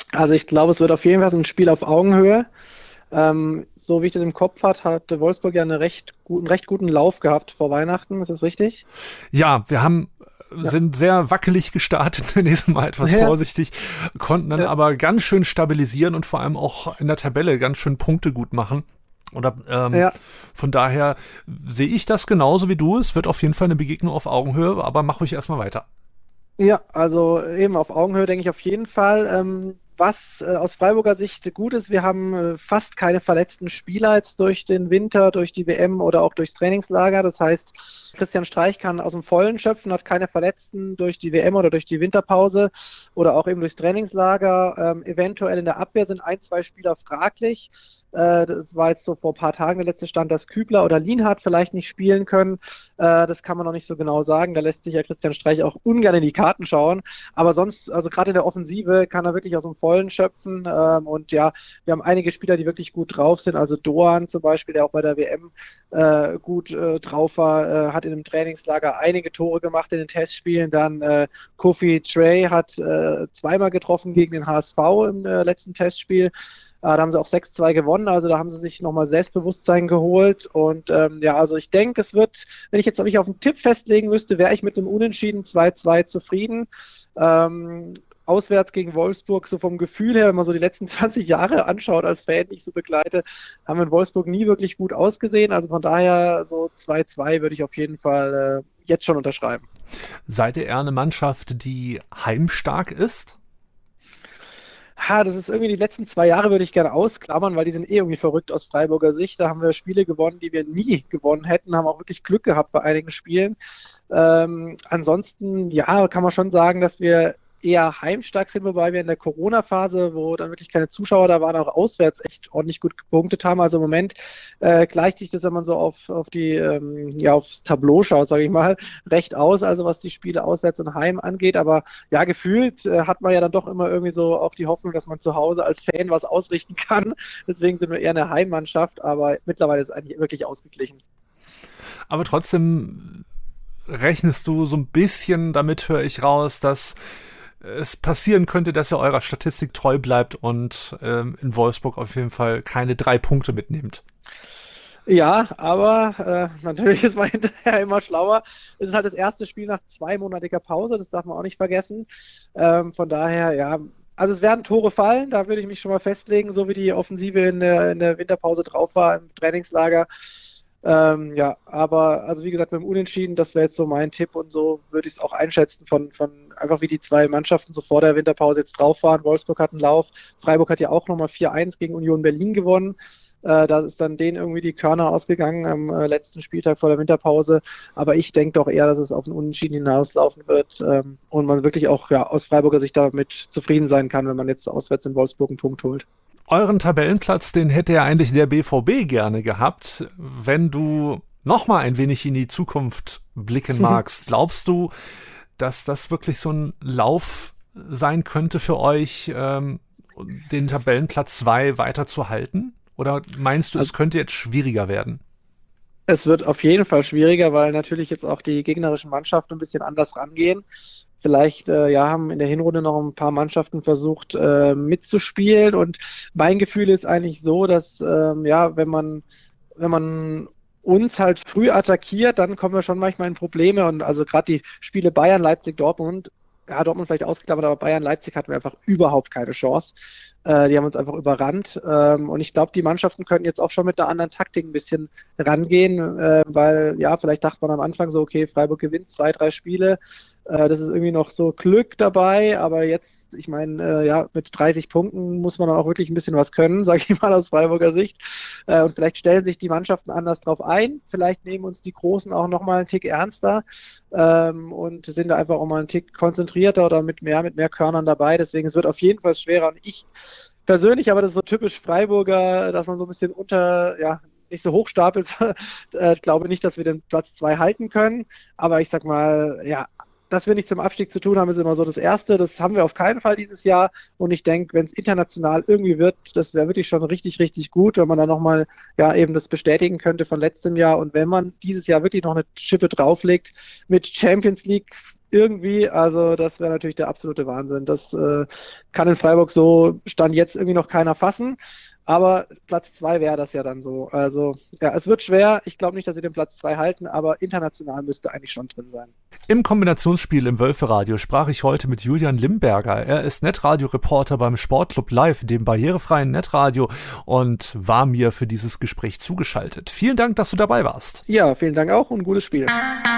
Also ich glaube, es wird auf jeden Fall so ein Spiel auf Augenhöhe. Ähm, so wie ich das im Kopf hatte, hatte Wolfsburg ja eine recht guten, recht guten Lauf gehabt vor Weihnachten. Ist das richtig? Ja, wir haben Ja. sind sehr wackelig gestartet, nächstes Mal etwas Ja. vorsichtig, konnten dann Ja. aber ganz schön stabilisieren und vor allem auch in der Tabelle ganz schön Punkte gut machen. Oder ähm, Ja. von daher sehe ich das genauso wie du. Es wird auf jeden Fall eine Begegnung auf Augenhöhe, aber mach ruhig erstmal weiter. Ja, also eben auf Augenhöhe denke ich auf jeden Fall. Ähm, was äh, aus Freiburger Sicht gut ist, wir haben äh, fast keine verletzten Spieler jetzt durch den Winter, durch die W M oder auch durchs Trainingslager. Das heißt, Christian Streich kann aus dem Vollen schöpfen, hat keine Verletzten durch die W M oder durch die Winterpause oder auch eben durchs Trainingslager. Ähm, eventuell in der Abwehr sind ein, zwei Spieler fraglich. Äh, das war jetzt so vor ein paar Tagen der letzte Stand, dass Kübler oder Lienhardt vielleicht nicht spielen können. Äh, das kann man noch nicht so genau sagen. Da lässt sich ja Christian Streich auch ungern in die Karten schauen. Aber sonst, also gerade in der Offensive kann er wirklich aus dem Vollen schöpfen. Ähm, und ja, wir haben einige Spieler, die wirklich gut drauf sind. Also Doan zum Beispiel, der auch bei der W M äh, gut äh, drauf war, äh, hat in einem Trainingslager einige Tore gemacht in den Testspielen. Dann äh, Kofi Trey hat äh, zweimal getroffen gegen den H S V im äh, letzten Testspiel. Da haben sie auch sechs zwei gewonnen, also da haben sie sich nochmal Selbstbewusstsein geholt. Und ähm, ja, also ich denke, es wird, wenn ich jetzt mich auf einen Tipp festlegen müsste, wäre ich mit einem Unentschieden zwei zwei zufrieden. Ähm, auswärts gegen Wolfsburg, so vom Gefühl her, wenn man so die letzten zwanzig Jahre anschaut als Fan, die ich so begleite, haben wir in Wolfsburg nie wirklich gut ausgesehen. Also von daher so zwei zwei würde ich auf jeden Fall äh, jetzt schon unterschreiben. Seid ihr eher eine Mannschaft, die heimstark ist? Ha, das ist irgendwie die letzten zwei Jahre würde ich gerne ausklammern, weil die sind eh irgendwie verrückt aus Freiburger Sicht. Da haben wir Spiele gewonnen, die wir nie gewonnen hätten, haben auch wirklich Glück gehabt bei einigen Spielen. Ähm, ansonsten, ja, kann man schon sagen, dass wir eher heimstark sind, wobei wir in der Corona-Phase, wo dann wirklich keine Zuschauer da waren, auch auswärts echt ordentlich gut gepunktet haben. Also im Moment äh, gleicht sich das, wenn man so auf, auf die, ähm, ja, aufs Tableau schaut, sage ich mal, recht aus, also was die Spiele auswärts und heim angeht. Aber ja, gefühlt äh, hat man ja dann doch immer irgendwie so auch die Hoffnung, dass man zu Hause als Fan was ausrichten kann. Deswegen sind wir eher eine Heimmannschaft, aber mittlerweile ist es eigentlich wirklich ausgeglichen. Aber trotzdem rechnest du so ein bisschen, damit höre ich raus, dass es passieren könnte, dass ihr eurer Statistik treu bleibt und ähm, in Wolfsburg auf jeden Fall keine drei Punkte mitnehmt. Ja, aber äh, natürlich ist man hinterher immer schlauer. Es ist halt das erste Spiel nach zweimonatiger Pause, das darf man auch nicht vergessen. Ähm, von daher, ja, also es werden Tore fallen, da würde ich mich schon mal festlegen, so wie die Offensive in der, in der Winterpause drauf war im Trainingslager. Ähm, ja, aber also wie gesagt, mit dem Unentschieden, das wäre jetzt so mein Tipp und so würde ich es auch einschätzen von, von einfach wie die zwei Mannschaften so vor der Winterpause jetzt drauf waren. Wolfsburg hat einen Lauf, Freiburg hat ja auch nochmal vier eins gegen Union Berlin gewonnen. Äh, da ist dann denen irgendwie die Körner ausgegangen am äh, letzten Spieltag vor der Winterpause. Aber ich denke doch eher, dass es auf einen Unentschieden hinauslaufen wird ähm, und man wirklich auch ja, aus Freiburger Sicht damit zufrieden sein kann, wenn man jetzt auswärts in Wolfsburg einen Punkt holt. Euren Tabellenplatz, den hätte ja eigentlich der B V B gerne gehabt. Wenn du noch mal ein wenig in die Zukunft blicken magst, glaubst du, dass das wirklich so ein Lauf sein könnte für euch, ähm, den Tabellenplatz zwei weiterzuhalten? Oder meinst du, Also, es könnte jetzt schwieriger werden? Es wird auf jeden Fall schwieriger, weil natürlich jetzt auch die gegnerischen Mannschaften ein bisschen anders rangehen. Vielleicht äh, ja, haben in der Hinrunde noch ein paar Mannschaften versucht äh, mitzuspielen und mein Gefühl ist eigentlich so, dass ähm, ja, wenn man wenn man uns halt früh attackiert, dann kommen wir schon manchmal in Probleme und also gerade die Spiele Bayern, Leipzig, Dortmund, ja, Dortmund vielleicht ausgeklammert, aber Bayern, Leipzig hatten wir einfach überhaupt keine Chance. Äh, die haben uns einfach überrannt ähm, und ich glaube, die Mannschaften könnten jetzt auch schon mit einer anderen Taktik ein bisschen rangehen, äh, weil ja, vielleicht dachte man am Anfang so, okay, Freiburg gewinnt zwei, drei Spiele, äh, das ist irgendwie noch so Glück dabei, aber jetzt, ich meine, äh, ja, mit dreißig Punkten muss man dann auch wirklich ein bisschen was können, sage ich mal aus Freiburger Sicht äh, und vielleicht stellen sich die Mannschaften anders drauf ein, vielleicht nehmen uns die Großen auch nochmal einen Tick ernster ähm, und sind da einfach auch mal einen Tick konzentrierter oder mit mehr, mit mehr Körnern dabei, deswegen es wird auf jeden Fall schwerer und ich persönlich, aber das ist so typisch Freiburger, dass man so ein bisschen unter, ja, nicht so hoch stapelt. Ich äh, glaube nicht, dass wir den Platz zwei halten können. Aber ich sag mal, ja, dass wir nichts zum Abstieg zu tun haben, ist immer so das Erste. Das haben wir auf keinen Fall dieses Jahr. Und ich denke, wenn es international irgendwie wird, das wäre wirklich schon richtig, richtig gut, wenn man dann nochmal ja eben das bestätigen könnte von letztem Jahr. Und wenn man dieses Jahr wirklich noch eine Schippe drauflegt mit Champions League, irgendwie. Also das wäre natürlich der absolute Wahnsinn. Das äh, kann in Freiburg so Stand jetzt irgendwie noch keiner fassen. Aber Platz zwei wäre das ja dann so. Also ja, es wird schwer. Ich glaube nicht, dass sie den Platz zwei halten, aber international müsste eigentlich schon drin sein. Im Kombinationsspiel im Wölferadio sprach ich heute mit Julian Limberger. Er ist Netradio-Reporter beim Sportclub Live, dem barrierefreien Netradio, und war mir für dieses Gespräch zugeschaltet. Vielen Dank, dass du dabei warst. Ja, vielen Dank auch und gutes Spiel.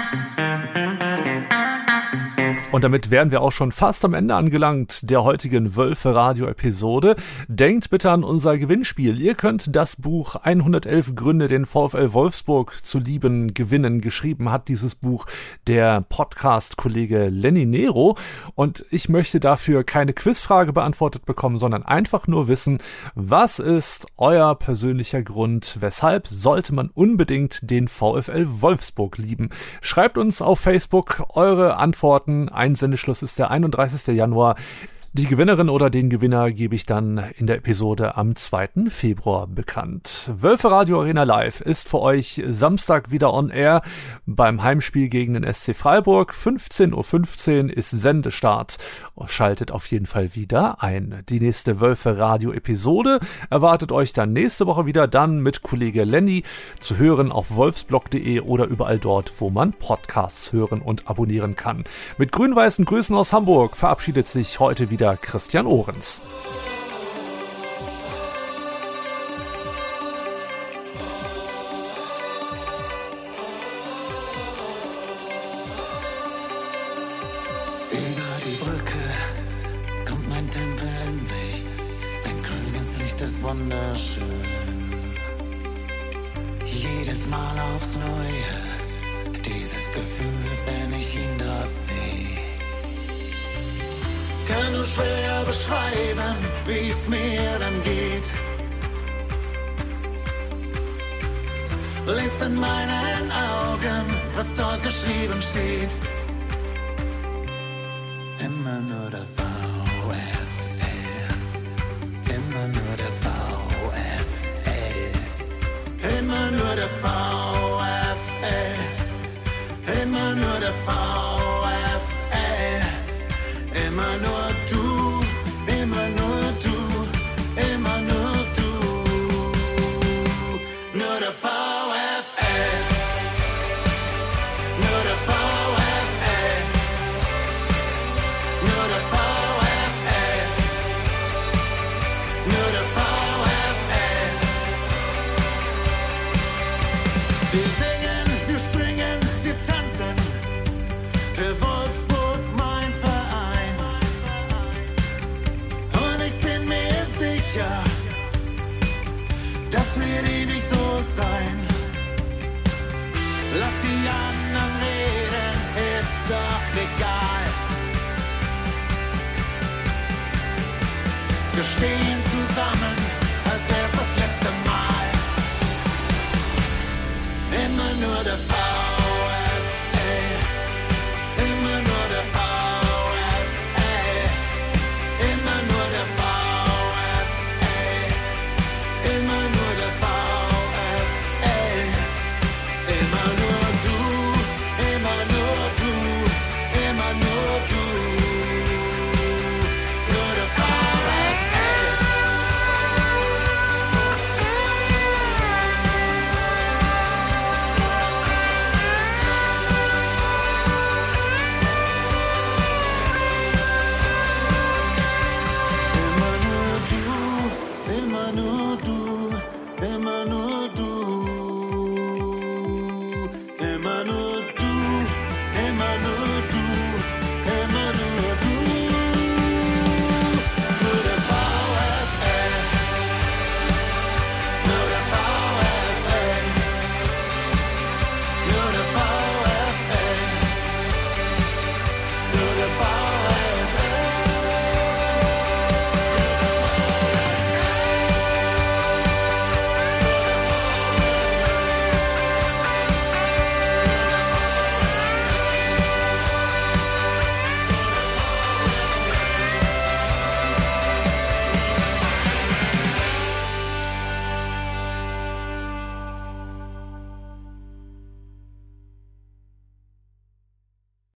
Und damit wären wir auch schon fast am Ende angelangt der heutigen Wölfe-Radio-Episode. Denkt bitte an unser Gewinnspiel. Ihr könnt das Buch hundertelf Gründe, den VfL Wolfsburg zu lieben, gewinnen. Geschrieben hat dieses Buch der Podcast-Kollege Lenny Nero. Und ich möchte dafür keine Quizfrage beantwortet bekommen, sondern einfach nur wissen, was ist euer persönlicher Grund, weshalb sollte man unbedingt den VfL Wolfsburg lieben? Schreibt uns auf Facebook eure Antworten. Einsendeschluss ist der einunddreißigster Januar. Die Gewinnerin oder den Gewinner gebe ich dann in der Episode am zweiten Februar bekannt. Wölferadio Arena Live ist für euch Samstag wieder on air beim Heimspiel gegen den S C Freiburg. fünfzehn Uhr fünfzehn ist Sendestart. Schaltet auf jeden Fall wieder ein. Die nächste Wölferadio-Episode erwartet euch dann nächste Woche wieder, dann mit Kollege Lenny, zu hören auf wolfsblog punkt de oder überall dort, wo man Podcasts hören und abonnieren kann. Mit grün-weißen Grüßen aus Hamburg verabschiedet sich heute wieder Christian Ohrens. Über die Brücke kommt mein Tempel in Sicht. Dein grünes Licht ist wunderschön. Jedes Mal aufs Neue, dieses Gefühl, wenn ich ihn dort sehe. Kann nur schwer beschreiben, wie's mir dann geht. Lest in meinen Augen, was dort geschrieben steht. Immer nur der VfL, immer nur der VfL, immer nur der VfL, immer nur der VfL. Immer nur du, immer nur du, immer nur du, nur der VfL, nur der VfL, nur der VfL, nur der VfL. Wir singen, wir springen, wir tanzen, für Wolfsburg mein Verein. Das wird ewig so sein. Lass die anderen reden, ist doch egal. Wir stehen zusammen, als wär's das letzte Mal. Immer nur der Fall.